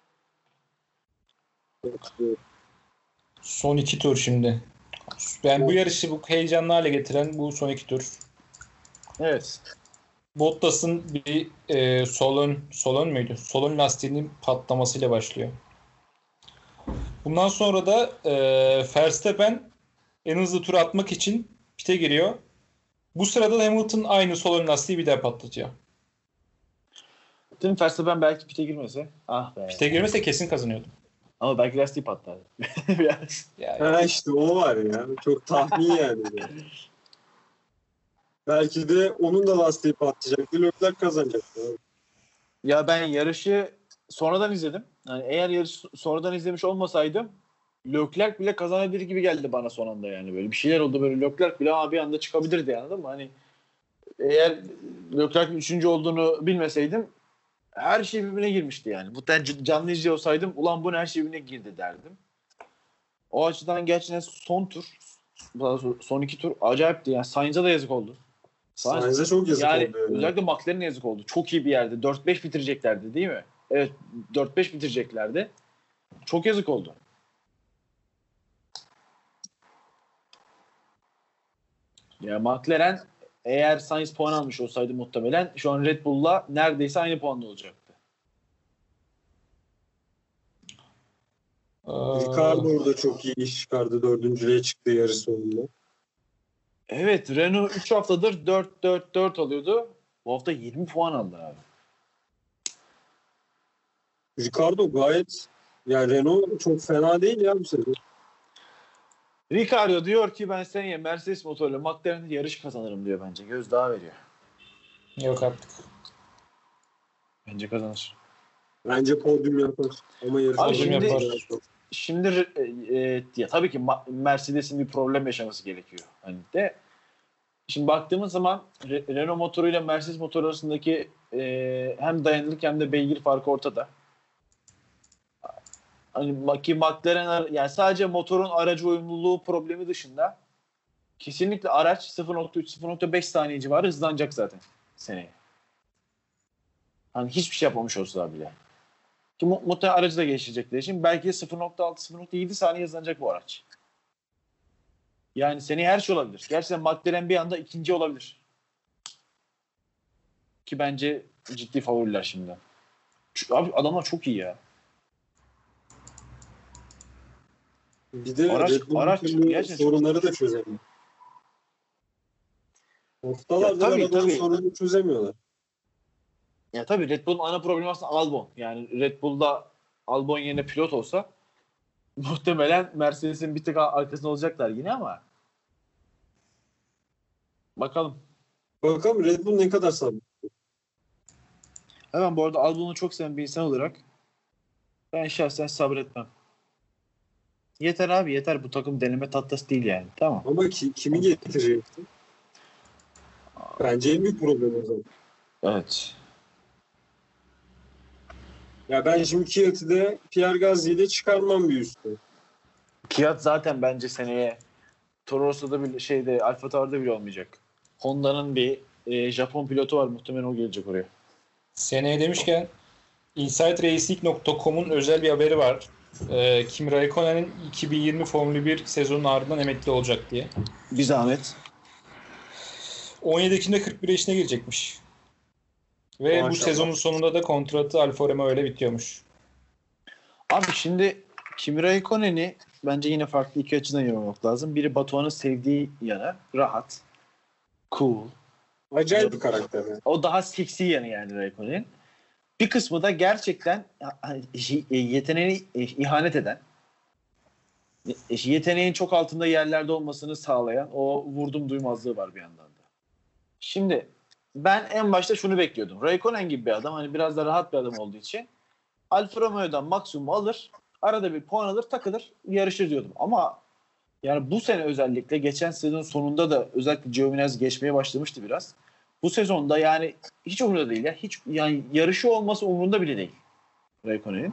Son iki tur şimdi. Ben bu yarışı bu heyecanlı hale getiren bu son iki tur. Evet. Bottas'ın bir e, solon solon muydu? Solon lastiğinin patlamasıyla başlıyor. Bundan sonra da e, Verstappen en hızlı tur atmak için pite giriyor. Bu sırada Hamilton aynı solon lastiği bir daha patlatıyor. Tim Verstappen belki pite girmese. Ah be. Pite girmese kesin kazanıyordu. Ama belki lastiği patlardı. Biraz. Yani, Ha işte o var ya. Çok tahmin yani. Belki de onun da lastiği patlayacaktı. Leclerc kazanacaktı. Ya ben yarışı sonradan izledim. Yani eğer yarışı sonradan izlemiş olmasaydım Leclerc bile kazanabilir gibi geldi bana son anda yani. Böyle bir şeyler oldu böyle Leclerc bile abi bir anda çıkabilirdi yani, anladın mı? Hani eğer Leclerc'in üçüncü olduğunu bilmeseydim her şey birbirine girmişti yani. Bu canlı izliyor olsaydım ulan bu ne her şey birbirine girdi derdim. O açıdan gerçekten son tur son iki tur acayipti yani. Sainz'a da yazık oldu. Sainz'e çok yazık yani oldu. Yani. Özellikle McLaren'e yazık oldu. Çok iyi bir yerde. dört beş bitireceklerdi değil mi? Evet. dört beş bitireceklerdi. Çok yazık oldu. Ya McLaren eğer Sainz puan almış olsaydı muhtemelen şu an Red Bull'la neredeyse aynı puanda olacaktı. Ricardo orada çok iyi iş çıkardı. Dördüncülüğe çıktı yarış sonunda. Evet. Renault üç haftadır dört dört dört alıyordu. Bu hafta yirmi puan aldı abi. Ricardo gayet yani Renault çok fena değil ya bu sezon. Ricardo diyor ki ben seneye Mercedes motoruyla McLaren'de yarış kazanırım diyor bence. Göz daha veriyor. yok artık. Bence kazanır. Bence podyum yapar. Ama yarış Abi şimdi- yapar. Şimdi e, e, ya tabii ki Mercedes'in bir problem yaşaması gerekiyor. Hani de şimdi baktığımız zaman Re- Renault motoruyla Mercedes motoru arasındaki e, hem dayanıklılık hem de beygir farkı ortada. Hani ki McLaren yani sadece motorun aracı uyumluluğu problemi dışında kesinlikle araç sıfır nokta üç sıfır nokta beş saniye civarı hızlanacak zaten seneye. Hani hiçbir şey yapmamış olsa bile. Ki mu- muhtemelen aracı da geliştirecekleri için belki de sıfır nokta altı sıfır nokta yedi saniye hızlanacak bu araç. Yani seneye her şey olabilir. Gerçekten McLaren bir anda ikinci olabilir. Ki bence ciddi favoriler şimdi. Çünkü abi adamlar çok iyi ya. Bir de Araç- Red Bull'un araç türlü gerçekten sorunları da çözemiyor. Haftalardır Ya tabii, arabanın tabii. sorununu çözemiyorlar. Ya tabii Red Bull'un ana problemi aslında Albon. Yani Red Bull'da Albon yerine pilot olsa muhtemelen Mercedes'in bir tık arkasında olacaklar yine ama bakalım. Bakalım Red Bull ne kadar sabit. Hemen bu arada Albon'u çok seven bir insan olarak ben şahsen sabretmem. Yeter abi yeter. Bu takım deneme tahtası değil yani. Tamam. Ama ki, kimi getirecekti? Bence en büyük problem o zaman. Evet. Ya ben şimdi Kiyat'ı da Pierre Gasly'yi de çıkarmam bir üstü. Kiyat zaten bence seneye Toro Rosso'da bile şeyde Alfa Tauri'de bile olmayacak. Honda'nın bir e, Japon pilotu var. Muhtemelen o gelecek oraya. Seneye demişken inside racing nokta com'un özel bir haberi var. Ee, Kimi Räikkönen'in iki bin yirmi Formula bir sezonun ardından emekli olacak diye. Bir zahmet. on yedi Ekim'de kırk bir yaşına girecekmiş. Ve Maşallah. bu sezonun sonunda da kontratı Alfa Romeo öyle bitiyormuş. Abi şimdi Kimi Räikkönen'i bence yine farklı iki açıdan yorumlamak lazım. Biri Batuhan'ın sevdiği yana rahat, cool. Acayip bir karakter. Yani. O daha seksi yanı yani Räikkönen'in. Bir kısmı da gerçekten yeteneğini ihanet eden, yeteneğin çok altında yerlerde olmasını sağlayan o vurdum duymazlığı var bir yandan da. Şimdi ben en başta şunu bekliyordum. Räikkönen gibi bir adam, hani biraz da rahat bir adam olduğu için Alfa Romeo'dan maksimum alır, arada bir puan alır, takılır, yarışır diyordum. Ama yani bu sene özellikle geçen sezon sonunda da özellikle Giovinazzi geçmeye başlamıştı biraz. Bu sezonda yani hiç umurunda değil ya. Hiç yani yarışı olması umurunda bile değil Räikkönen'in.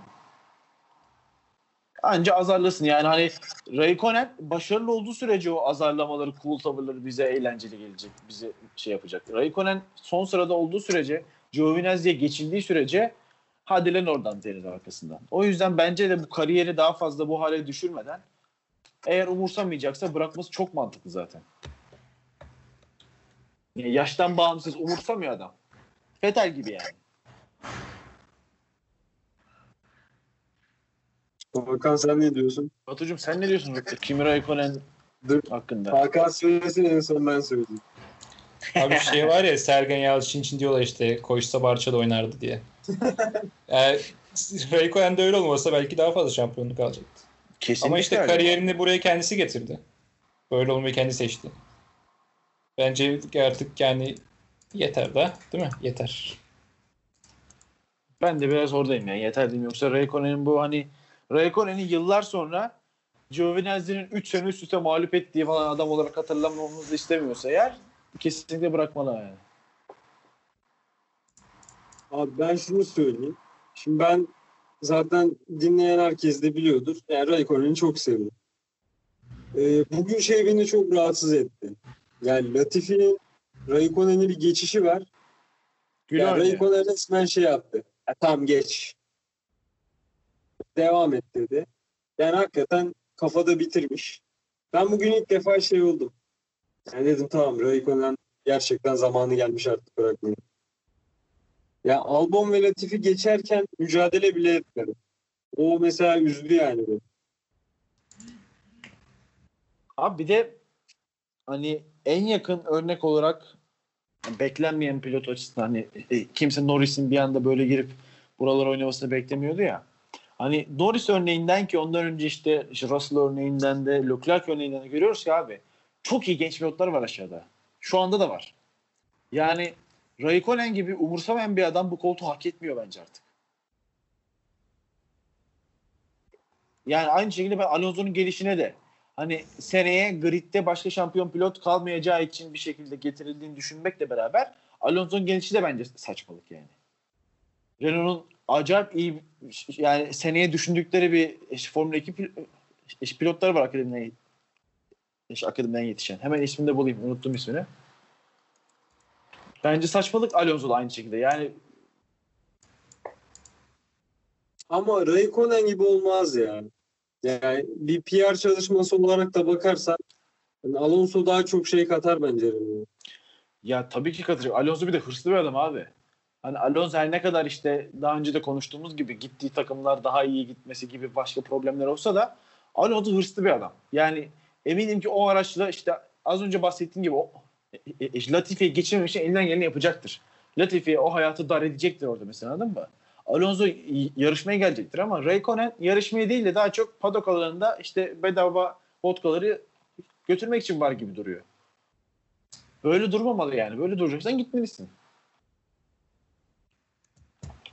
Anca azarlasın yani, hani Räikkönen başarılı olduğu sürece o azarlamaları, cool tavırları bize eğlenceli gelecek, bize şey yapacak. Räikkönen son sırada olduğu sürece, Giovinazzi'ye geçildiği sürece hadi lan oradan deriz arkasından. O yüzden bence de bu kariyeri daha fazla bu hale düşürmeden, eğer umursamayacaksa bırakması çok mantıklı zaten. Yani yaştan bağımsız umursamıyor adam. Vettel gibi yani. Hakan sen ne diyorsun? Batucuğum sen ne diyorsun Kimi Räikkönen Dur. hakkında? Hakan söylesin, en son ben söyleyeyim. Abi şey var ya, Sergen Yalçın için diyorlar işte koşsa Barça'da oynardı diye. Yani Räikkönen de öyle olmasa belki daha fazla şampiyonluk alacaktı. Kesinlikle. Ama işte öyle. kariyerini buraya kendisi getirdi. Böyle olmayı kendi seçti. Bence artık yani yeter de, değil mi? Yeter. Ben de biraz oradayım yani. Yeter diyeyim. Yoksa Räikkönen'in bu hani Räikkönen'in yıllar sonra Giovinazzi'nin üç sene üst üste mağlup ettiği falan adam olarak hatırlamamızı istemiyorsa eğer kesinlikle bırakmalı yani. Abi ben şunu söyleyeyim. Şimdi ben zaten dinleyen herkes de biliyordur. Yani Räikkönen'i çok seviyorum. Ee, bugün şey beni çok rahatsız etti. Yani Latifi'nin Räikkönen'e bir geçişi var. Gül Yani oynuyor. Räikkönen resmen şey yaptı. Ya, tamam geç. Devam et dedi. Yani hakikaten kafada bitirmiş. Ben bugün ilk defa şey oldum. Yani dedim tamam, Räikkönen gerçekten zamanı gelmiş artık bırakmayın. Ya Albon ve Latifi geçerken mücadele bile etmedi. O mesela üzdü yani beni. Abi bir de hani en yakın örnek olarak beklenmeyen pilot açısından hani e, kimse Norris'in bir anda böyle girip buralara oynamasını beklemiyordu ya. Hani Norris örneğinden, ki ondan önce işte Russell örneğinden de Leclerc örneğinden de görüyoruz ki abi çok iyi genç pilotlar var aşağıda. Şu anda da var. Yani Räikkönen gibi umursamayan bir adam bu koltuğu hak etmiyor bence artık. Yani aynı şekilde ben Alonso'nun gelişine de hani seneye gridde başka şampiyon pilot kalmayacağı için bir şekilde getirildiğini düşünmekle beraber Alonso'nun gelişi de bence saçmalık yani. Renault'un acayip iyi, yani seneye düşündükleri bir işte Formula iki pil- işte pilotları var akademiden, işte akademiden yetişen. Hemen ismini de bulayım. Unuttum ismini. Bence saçmalık Alonso da aynı şekilde. Yani Ama Räikkönen gibi olmaz yani. Yani bir P R çalışması olarak da bakarsan yani Alonso daha çok şey katar bence. ya tabii ki katacak. Alonso bir de hırslı bir adam abi. Hani Alonso her ne kadar işte daha önce de konuştuğumuz gibi gittiği takımlar daha iyi gitmesi gibi başka problemler olsa da Alonso hırslı bir adam. Yani eminim ki o araçla işte az önce bahsettiğim gibi o e, e, Latifi'ye geçirmemek için elinden geleni yapacaktır. Latifi'ye o hayatı dar edecektir orada mesela, anladın mı? Alonso yarışmaya gelecektir ama Räikkönen yarışmaya değil de daha çok paddock alanında işte bedava vodkaları götürmek için var gibi duruyor. Böyle durmamalı yani. Böyle duracaksan gitmelisin.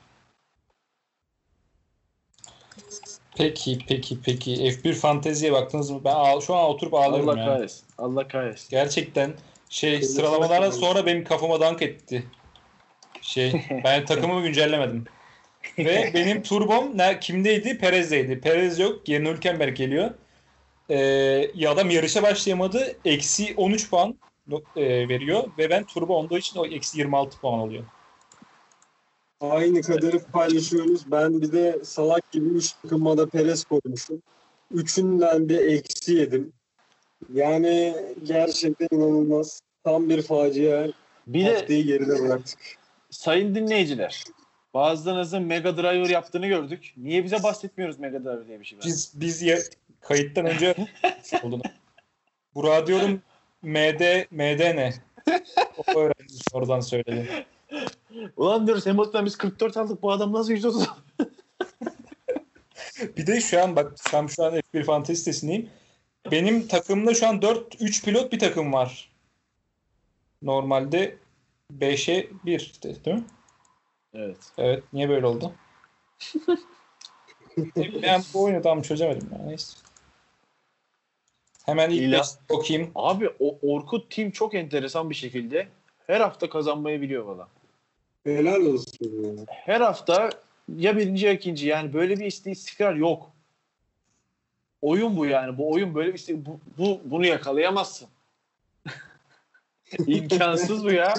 Peki peki peki F bir Fantezi'ye baktınız mı? Ben ağ- şu an oturup ağlıyorum Allah ya. kahretsin. Allah kahretsin. Gerçekten şey sıralamalardan sonra benim kafama dank etti. Şey ben takımımı güncellemedim. Ve benim turbom ne, kimdeydi? Perez'deydi. Perez yok. Yerine Hülkenberg geliyor. Ee, ya adam yarışa başlayamadı. Eksi on üç puan e, veriyor. Ve ben turbo olduğu için o eksi yirmi altı puan oluyor. Aynı kadarı paylaşıyoruz. Ben bir de salak gibi üç takıma da Perez koymuşum. Üçünden bir eksi yedim. Yani gerçekten inanılmaz. Tam bir facia. Bir de Haftayı geride bıraktık. sayın dinleyiciler, bazılarınızın Mega Driver yaptığını gördük. Niye bize bahsetmiyoruz Mega Driver diye bir şey var? Biz biz ya, kayıttan önce olduğunu. Bu radyonun M D M D ne? O öğrenci oradan söyledi. Ulan diyoruz Hamilton'dan biz kırk dört aldık. Bu adam nasıl yüz otuz? Bir de şu an bak tam şu an F bir Fantasy sitesindeyim. Benim takımda şu an dört üç pilot bir takım var. Normalde beşe bir değil mi? Evet. Evet. Niye böyle oldu? Ben bu oyunu tam çözemedim. Ya. Neyse. Hemen ilk İla- beş okuyayım. Abi o Orkut Team çok enteresan bir şekilde her hafta kazanmayı biliyor valla. Helal olsun. Yani. Her hafta ya birinci ya ikinci, yani böyle bir isti- istikrar yok. Oyun bu yani. Bu oyun böyle bir isti- bu, bu bunu yakalayamazsın. İmkansız bu ya.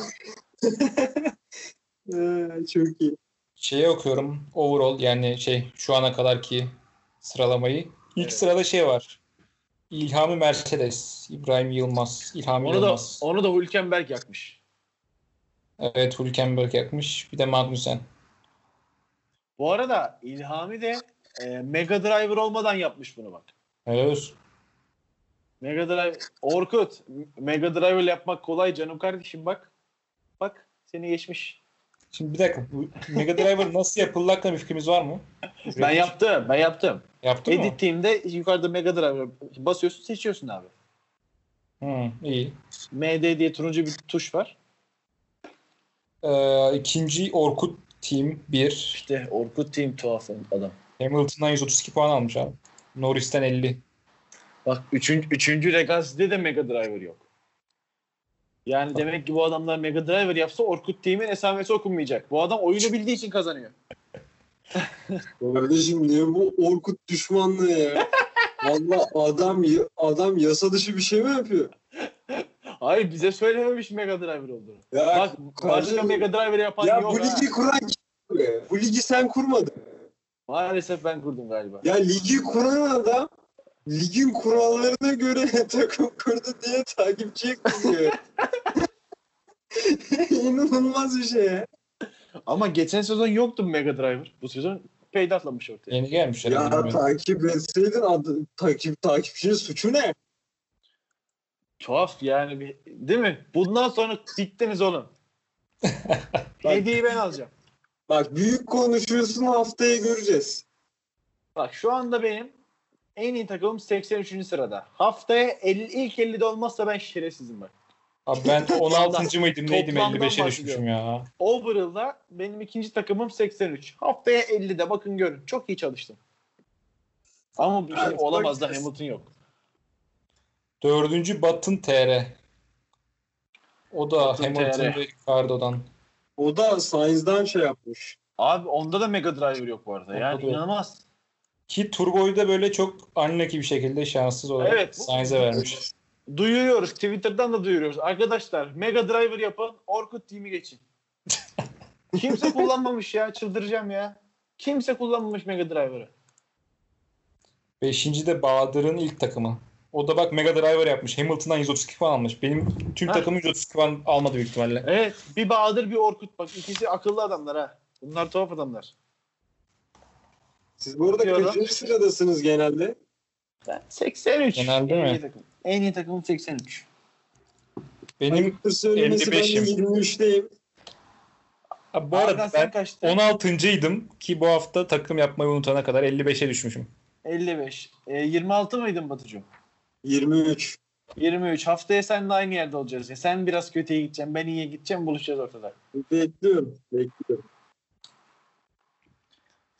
Ee, çok iyi. Şeye okuyorum. Overall yani şey şu ana kadarki sıralamayı. İlk Evet. sırada şey var. İlhami Mercedes. İbrahim Yılmaz. İlhami Onu da Yılmaz. onu da Hülkenberg yakmış. Evet, Hülkenberg yapmış. Bir de Magnussen. Bu arada İlhami de e, Mega Driver olmadan yapmış bunu bak. Evet. Mega Drive Orkut Mega Driver yapmak kolay canım kardeşim bak. Bak seni geçmiş. Şimdi bir dakika. Bu Mega Driver nasıl yapıldı hakkında bir fikrimiz var mı? Ben yaptım. Ben yaptım. Yaptın mı? Edit Team'de yukarıda Mega Driver basıyorsun, seçiyorsun abi. Hı, iyi. M D diye turuncu bir tuş var. Ee, ikinci Orkut Team bir. İşte Orkut Team tuhaf adam. Hamilton'dan yüz otuz iki puan almış abi. Norris'ten elli. Bak üçüncü, üçüncü Legacy'de de Mega Driver yok. Yani demek ki bu adamlar Mega Driver yapsa Orkut Team'in esamesi okunmayacak. Bu adam oyunu bildiği için kazanıyor. Kardeşim niye bu Orkut düşmanlığı ya? Valla adam adam yasa dışı bir şey mi yapıyor? Hayır, bize söylememiş Mega Driver olduğunu. Ya, Bak başka kardeşim, Mega Driver yapan ya yok bu ha. ligi kuran kim be? Bu ligi sen kurmadın. Maalesef ben kurdum galiba. Ya ligi kuran adam ligin kurallarına göre takım kurdu diye takipçiye kızıyor. İnanılmaz bir şey ya. Ama geçen sezon yoktu Mega Driver. Bu sezon peydatlamış ortaya. Yeni gelmiş. Ya herhalde, bilmiyorum. takip etseydin adı, takip takipçinin suçu ne? Tuhaf yani. Bir, değil mi? Bundan sonra bittiniz oğlum. Hediyeyi ben alacağım. Bak büyük konuşuyorsun, haftaya göreceğiz. Bak şu anda benim en iyi takımım seksen üçüncü sırada. Haftaya elli, ilk ellide olmazsa ben şerefsizim bak. Abi ben on altıncı mıydım neydim Toplamdan elli beşe bahsediyorum. düşmüşüm ya. Overall'da benim ikinci takımım seksen üç. Haftaya ellide bakın görün. Çok iyi çalıştım. Ama bir şey Evet, olamaz da bakacağız. Hamilton yok. Dördüncü Button T R. O da Button Hamilton T R. ve Ricardo'dan. O da Sainz'dan şey yapmış. Abi onda da Mega Driver yok bu arada. Yani Onda da yok. inanılmaz. Ki Turbo'yu da böyle çok unlucky bir şekilde şanssız olarak Evet, bu- Sainz'e vermiş. Duyuruyoruz. Twitter'dan da duyuruyoruz. Arkadaşlar Mega Driver yapın. Orkut Team'i geçin. Kimse kullanmamış ya. Çıldıracağım ya. Kimse kullanmamış Mega Driver'ı. Beşinci de Bahadır'ın ilk takımı. O da bak Mega Driver yapmış. Hamilton'dan yüz otuz iki puan almış. Benim tüm Ha. takımım yüz otuz iki puan almadı büyük ihtimalle. Evet. Bir Bahadır bir Orkut. Bak ikisi akıllı adamlar ha. Bunlar tuhaf adamlar. Siz bu arada Diyorum. kaçıncı sıradasınız genelde? Ben seksen üç. Genelde en mi? iyi takım. En iyi takımım seksen üç. Benim Ayıptır söylemesi, ben de elli beşim. yirmi üçteyim. Abi bu Hakan arada sen ben kaçtın? on altıncıydım ki bu hafta takım yapmayı unutana kadar elli beşe düşmüşüm. elli beş. E, yirmi altı mıydın Batucuğum? yirmi üç. yirmi üç. Haftaya seninle aynı yerde olacağız. Ya sen biraz kötüye gideceksin. Ben iyiye gideceğim. Buluşacağız ortada. Bekliyorum. Bekliyorum.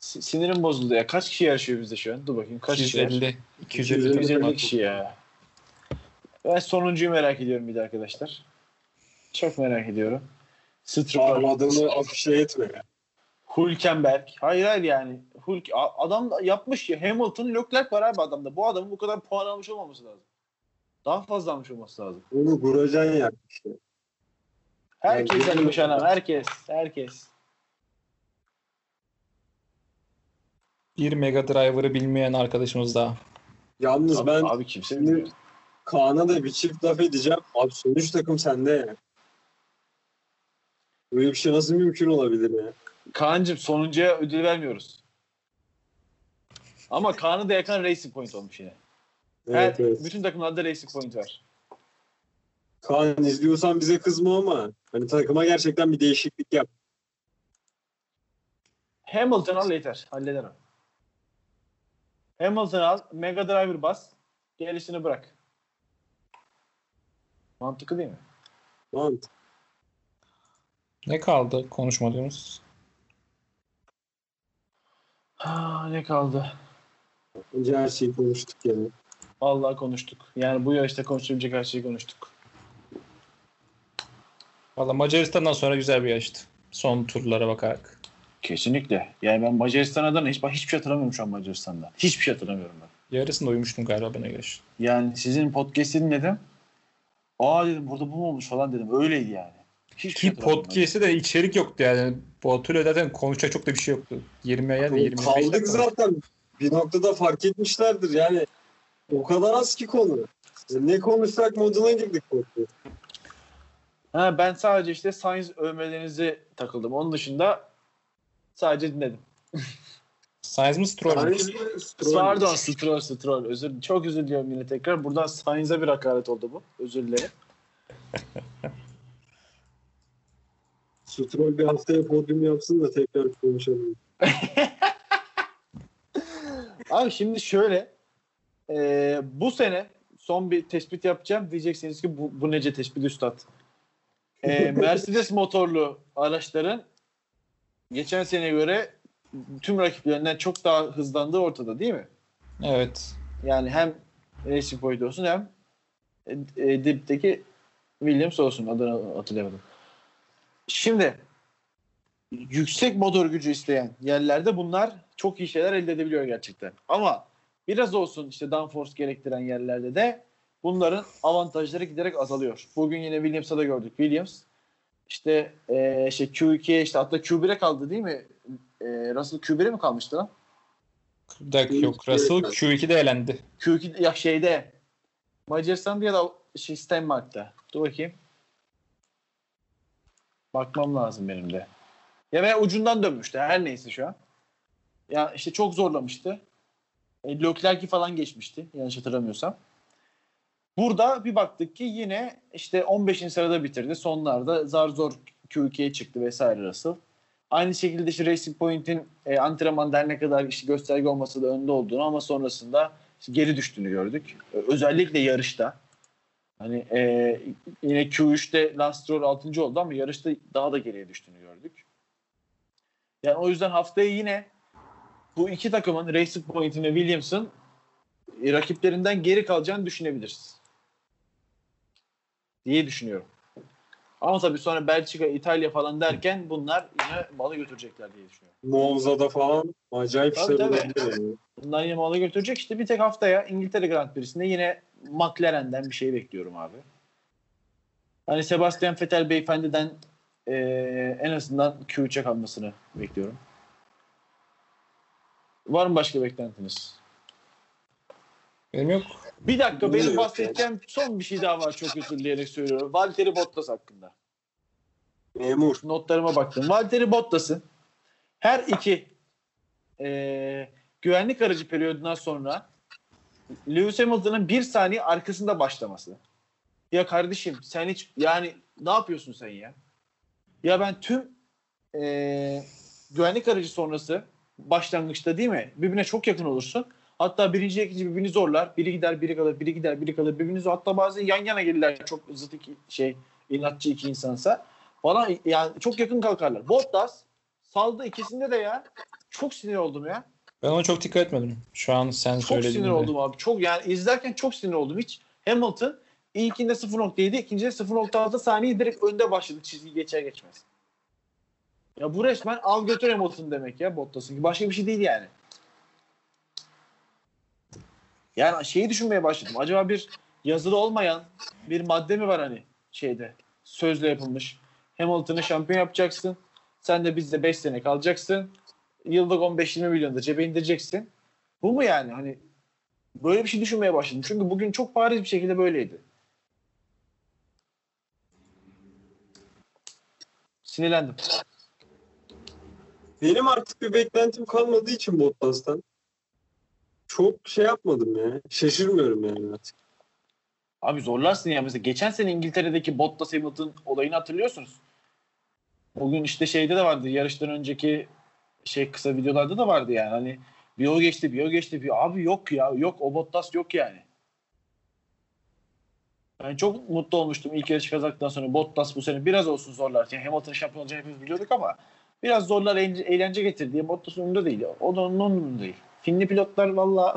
S- Sinirim bozuldu ya. Kaç kişi yarışıyor bizde şu an? Dur bakayım kaç kişi var? iki yüz elli. iki yüz iki yüz elli elli. kişi ya. Ben sonuncuyu merak ediyorum bir de arkadaşlar. Çok merak ediyorum. Stroll, Abi adını afişe etme ya. Hülkenberg. Hayır hayır yani. Hulk, a- adam da yapmış ya. Hamilton, Leclerc var abi adamda. Bu adamın bu kadar puan almış olmaması lazım. Daha fazla almış olması lazım. Onu Guracan yapmıştı. Herkes Yani- yapmış anam. Herkes. Herkes. Bir Mega Driver'ı bilmeyen arkadaşımız daha. Yalnız Abi, ben abi kimse şimdi bilmiyor. Kaan'a da bir çift laf edeceğim. Abi sonuç takım sende ya. Böyle bir şey nasıl mümkün olabilir ya? Kaan'cığım sonuncuya ödül vermiyoruz. Ama Kaan'ı da yakan Racing Point olmuş yine. Her, Evet, evet. Bütün takımlarda Racing Point var. Kaan izliyorsan bize kızma ama hani takıma gerçekten bir değişiklik yap. Hamilton al yeter. Halleder o. Hamilton al. Mega Driver bas. Gerisini bırak. Mantıklı değil mi? Mant. Ne kaldı konuşmadığımız? Ha, ne kaldı? Önce her şeyi konuştuk yani. Vallahi konuştuk. Yani bu yarışta konuşabilecek her şeyi konuştuk. Valla Macaristan'dan sonra güzel bir yarıştı. Son turlara bakarak. Kesinlikle. Yani ben Macaristan adına hiç, hiçbir şey hatırlamıyorum şu an Macaristan'da. Hiçbir şey hatırlamıyorum ben. Yarısında uyumuştum galiba bana göre. Yani sizin podcast'i dinledim. Aa dedim burada bu mu olmuş falan dedim. Öyleydi yani. Hiçbir şey Ki hatırlamıyorum podcast'te de içerik yoktu yani. Batu'yla zaten konuşacak çok da bir şey yoktu. yirmiye yani yirmi beş Kaldık dakika. zaten. Bir noktada fark etmişlerdir yani. O kadar az ki konu. Ne konuşsak moduna girdik. ben. Ha, ben sadece işte Sainz övmelerinize takıldım. Onun dışında sadece dinledim. Sainz mi Stroll mü? Pardon Stroll Stroll. Özür, çok özür diliyorum yine tekrar. Buradan Sainz'e bir hakaret oldu bu. Özür dilerim. Stroll bir haftaya podyum yapsın da tekrar konuşalım. Abi şimdi şöyle. E, bu sene son bir tespit yapacağım. Diyeceksiniz ki bu, bu nece tespit üstad. E, Mercedes motorlu araçların geçen seneye göre tüm rakiplerinden çok daha hızlandığı ortada değil mi? Evet. Yani hem Racing Point olsun hem e, e, dipteki Williams olsun. Adını hatırlayamadım. Şimdi yüksek motor gücü isteyen yerlerde bunlar çok iyi şeyler elde edebiliyor gerçekten. Ama biraz olsun işte downforce gerektiren yerlerde de bunların avantajları giderek azalıyor. Bugün yine Williams'a da gördük. Williams işte e, şey Q ikiye işte hatta Q bire kaldı değil mi? E, Russell Q bire mi kalmıştı lan? Bir dakika yok. Russell Q ikide elendi. Q iki ya şeyde Macaristan'da ya da şey Steinmark'ta. Dur bakayım. Bakmam lazım benim de. Ya veya ucundan dönmüştü. Her neyse şu an. Ya işte çok zorlamıştı. E, Leclerc'i falan geçmişti. Yanlış hatırlamıyorsam. Burada bir baktık ki yine işte on beşinci sırada bitirdi. Sonlarda zar zor Q ikiye çıktı vesaire Russell. Aynı şekilde işte Racing Point'in e, antrenmanda her ne kadar işte gösterge olmasa da önde olduğunu ama sonrasında işte geri düştüğünü gördük. E, özellikle yarışta. Hani e, yine Q üçte Lance Stroll altıncı oldu ama yarışta daha da geriye düştüğünü gördük. Yani o yüzden haftaya yine bu iki takımın Racing Point'in ve Williams'ın e, rakiplerinden geri kalacağını düşünebiliriz. Diye düşünüyorum. Ama tabii sonra Belçika, İtalya falan derken bunlar yine malı götürecekler diye düşünüyorum. Monza'da falan acayip Tabii, şeyler tabii. olabilir yani. Bunlar yine malı götürecek. İşte bir tek haftaya İngiltere Grand Prix'sinde yine McLaren'den bir şey bekliyorum abi. Hani Sebastian Vettel beyefendiden e, en azından Q üçe kalmasını bekliyorum. Var mı başka beklentiniz? Benim yok. Bir dakika Benim benim yok bahsedeceğim son bir şey daha var çok özür dileyerek söylüyorum. Valtteri Bottas hakkında. Memur. Notlarıma baktım. Valtteri Bottas'ın her iki e, güvenlik aracı periyodundan sonra Lewis Hamilton'ın bir saniye arkasında başlaması. Ya kardeşim sen hiç yani ne yapıyorsun sen ya? Ya ben tüm e, güvenlik aracı sonrası başlangıçta değil mi? Birbirine çok yakın olursun. Hatta birinci ikinci birbirini zorlar. Biri gider biri kalır, biri gider biri kalır. Birbirini zor. Hatta bazen yan yana gelirler çok zıt iki şey inatçı iki insansa. Bana yani çok yakın kalkarlar. Bottas saldı ikisinde de ya. çok sinir oldum ya. Ben ona çok dikkat etmedim. Şu an sen Çok söylediğinde. sinir oldum abi. Çok yani izlerken çok sinir oldum. Hiç Hamilton ilkinde sıfır nokta yedi, ikincide sıfır nokta altı saniye direkt önde başladı çizgi geçer geçmez. Ya bu resmen al götür Hamilton demek ya Bottas'ın. Başka bir şey değil yani. Yani şeyi düşünmeye başladım. Acaba bir yazılı olmayan bir madde mi var hani şeyde sözle yapılmış. Hamilton'ı şampiyon yapacaksın. Sen de bizde beş sene kalacaksın. Yıllık on beş yirmi milyon da cebe indireceksin. Bu mu yani? Hani böyle bir şey düşünmeye başladım. Çünkü bugün çok bariz bir şekilde böyleydi. Sinirlendim. Benim artık bir beklentim kalmadığı için Bottas'tan çok şey yapmadım ya. Şaşırmıyorum yani artık. Abi zorlarsın ya. Mesela geçen sene İngiltere'deki Bottas Hamilton olayını hatırlıyorsunuz. O gün işte şeyde de vardı. Yarıştan önceki şey kısa videolarda da vardı yani. Hani bir o geçti, bir o geçti. Bir... Abi yok ya. Yok. O Bottas yok yani. Ben çok mutlu olmuştum ilk yarışı kazandıktan sonra. Bottas bu sene biraz olsun zorlar. Yani Hamilton'ın şampiyon olacağını hepimiz biliyorduk ama biraz zorlar eğlence, eğlence getir diye Bottas'ın umurunda değil. O da onun umurunda değil. Finli pilotlar valla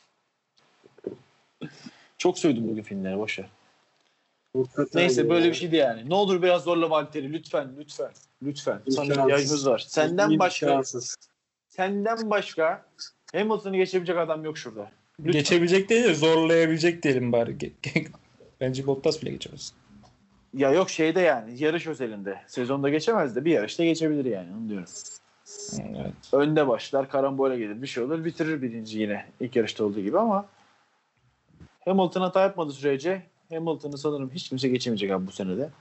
çok sövdüm bugün Finlere. Boşver. Neyse ya. böyle bir şeydi yani. Ne olur biraz zorla Valtteri lütfen lütfen. Lütfen. Sana İmkansız. ihtiyacımız var. Senden başka İmkansız. senden başka Hamilton'ı geçebilecek adam yok şurada. Lütfen. Geçebilecek değil de zorlayabilecek diyelim bari. Ge- Bence Bottas bile geçemez. Ya yok şeyde yani yarış özelinde. Sezonda geçemez de bir yarışta geçebilir yani onu diyorum. Evet. Önde başlar, karambole gelir, bir şey olur, bitirir birinci yine ilk yarışta olduğu gibi ama Hamilton hata yapmadığı sürece Hamilton'ı sanırım hiç kimse geçemeyecek abi bu senede.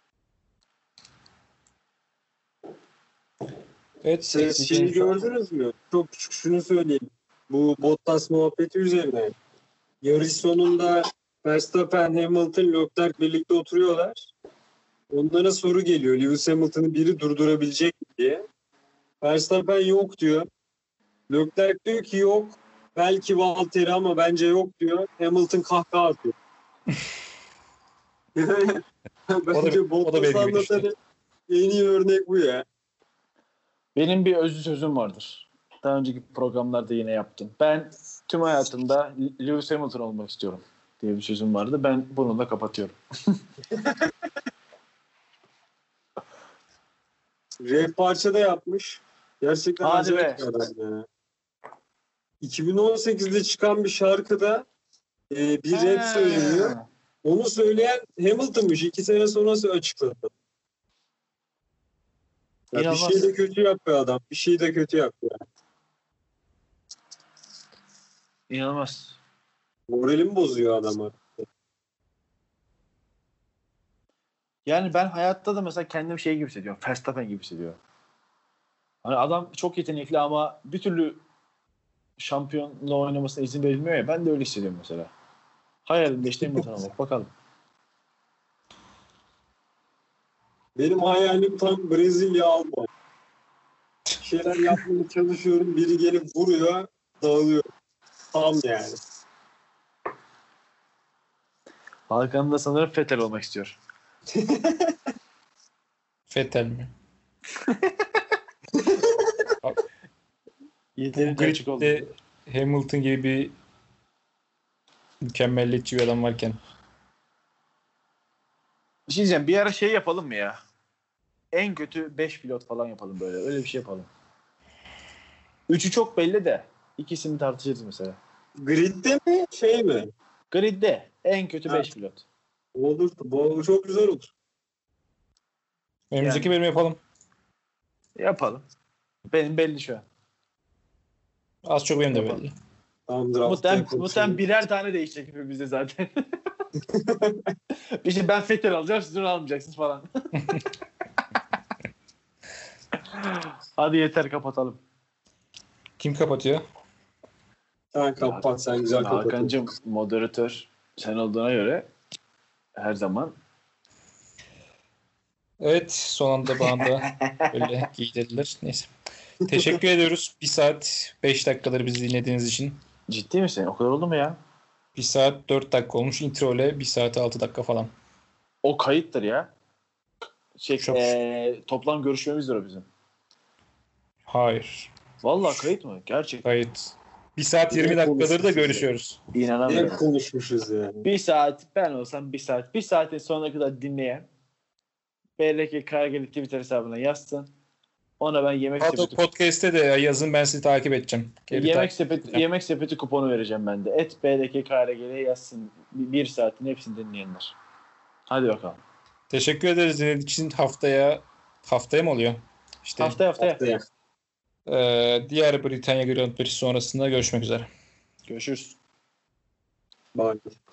Evet. Siz şeyi gördünüz mü? Çok küçük şunu söyleyeyim. Bu Bottas muhabbeti üzerine. Yarış sonunda Verstappen, Hamilton, Leclerc birlikte oturuyorlar. Onlara soru geliyor. Lewis Hamilton'ı biri durdurabilecek mi diye. Verstappen yok diyor. Leclerc diyor ki yok. Belki Valtteri ama bence yok diyor. Hamilton kahkaha atıyor. Bence o da Bottas benim gibi anlatan en iyi örnek bu ya. Benim bir özlü sözüm vardır. Daha önceki programlarda yine yaptım. Ben tüm hayatımda Lewis Hamilton olmak istiyorum diye bir sözüm vardı. Ben bunu da kapatıyorum. Rap parça da yapmış. Gerçekten Hadi acayip be. bir adam ya. iki bin on sekizde çıkan bir şarkıda e, bir rap söyleniyor. Onu söyleyen Hamilton'mış. İki sene sonra açıkladı. Ya bir İnanılmaz. şey de kötü yapıyor adam. Bir şey de kötü yapıyor. İnanılmaz. Moralimi bozuyor adam. Yani ben hayatta da mesela kendimi şey gibi hissediyorum. Verstappen gibi hissediyorum. Hani adam çok yetenekli ama bir türlü şampiyonla oynamasına izin verilmiyor ya. Ben de öyle hissediyorum mesela. Hayalimde işte Hamilton olmak. Bakalım. Benim hayalim tam Brezilya Alman. Bir şeyler yapmaya çalışıyorum. Biri gelip vuruyor, dağılıyor. Tam yani. Hakan da sanırım Vettel olmak istiyor. Vettel mi? Yeterince açık oldu. Grid'de Hamilton gibi bir mükemmelliyetçi bir adam varken. Bir şey diyeceğim. Bir ara şey yapalım mı ya? En kötü beş pilot falan yapalım böyle. Öyle bir şey yapalım. Üçü çok belli de. İkisini tartışırız mesela. Grid'de mi? Şey mi? Grid'de en kötü beş pilot. Olur. Bu çok güzel olur. Önümüzdeki Yani. bölümü yapalım. Yapalım. Benim belli şu an. Az çok benim de Yapalım. belli. Tamamdır. Muhtemelen, muhtemelen birer tane değişecek hepimizde zaten. İşte ben Vettel alacağım, siz onu almayacaksınız falan. Hadi yeter kapatalım. Kim kapatıyor? Sen kapat. Sen güzel kapat. Hakan'cığım moderatör sen olduğuna göre her zaman. Evet, son anda bana da böyle giydirdiler. Neyse. Teşekkür ediyoruz. Bir saat beş dakikaları bizi dinlediğiniz için. Ciddi misin? O kadar oldu mu ya? Bir saat dört dakika olmuş. Intro ile bir saat altı dakika falan. O kayıttır ya. Şey, Çok- ee, toplam görüşmemizdir o bizim. Hayır. Vallahi kayıt mı? Gerçekten. Kayıt. bir saat yirmi Ne dakikadır da konuşmuşuz ya? görüşüyoruz. Ne İnanamıyorum. konuşmuşuz yani. Bir saat ben olsam bir saat. Bir saatin sonuna kadar dinleyen B R K Karageli Twitter hesabına yazsın. Ona ben yemek Hatta sepeti podcast'te de yazın, ben sizi takip edeceğim. Geri yemek takip sepeti edeceğim. yemek sepeti kuponu vereceğim ben de. Et B R K Karageli'ye yazsın. Bir, bir saatin hepsini dinleyenler. Hadi bakalım. Teşekkür ederiz dinlediğiniz için. Haftaya haftaya mı oluyor? İşte Haftaya haftaya. Haftaya. e, diğer Britanya Grand Prix sonrasında görüşmek üzere. Görüşürüz. Bye.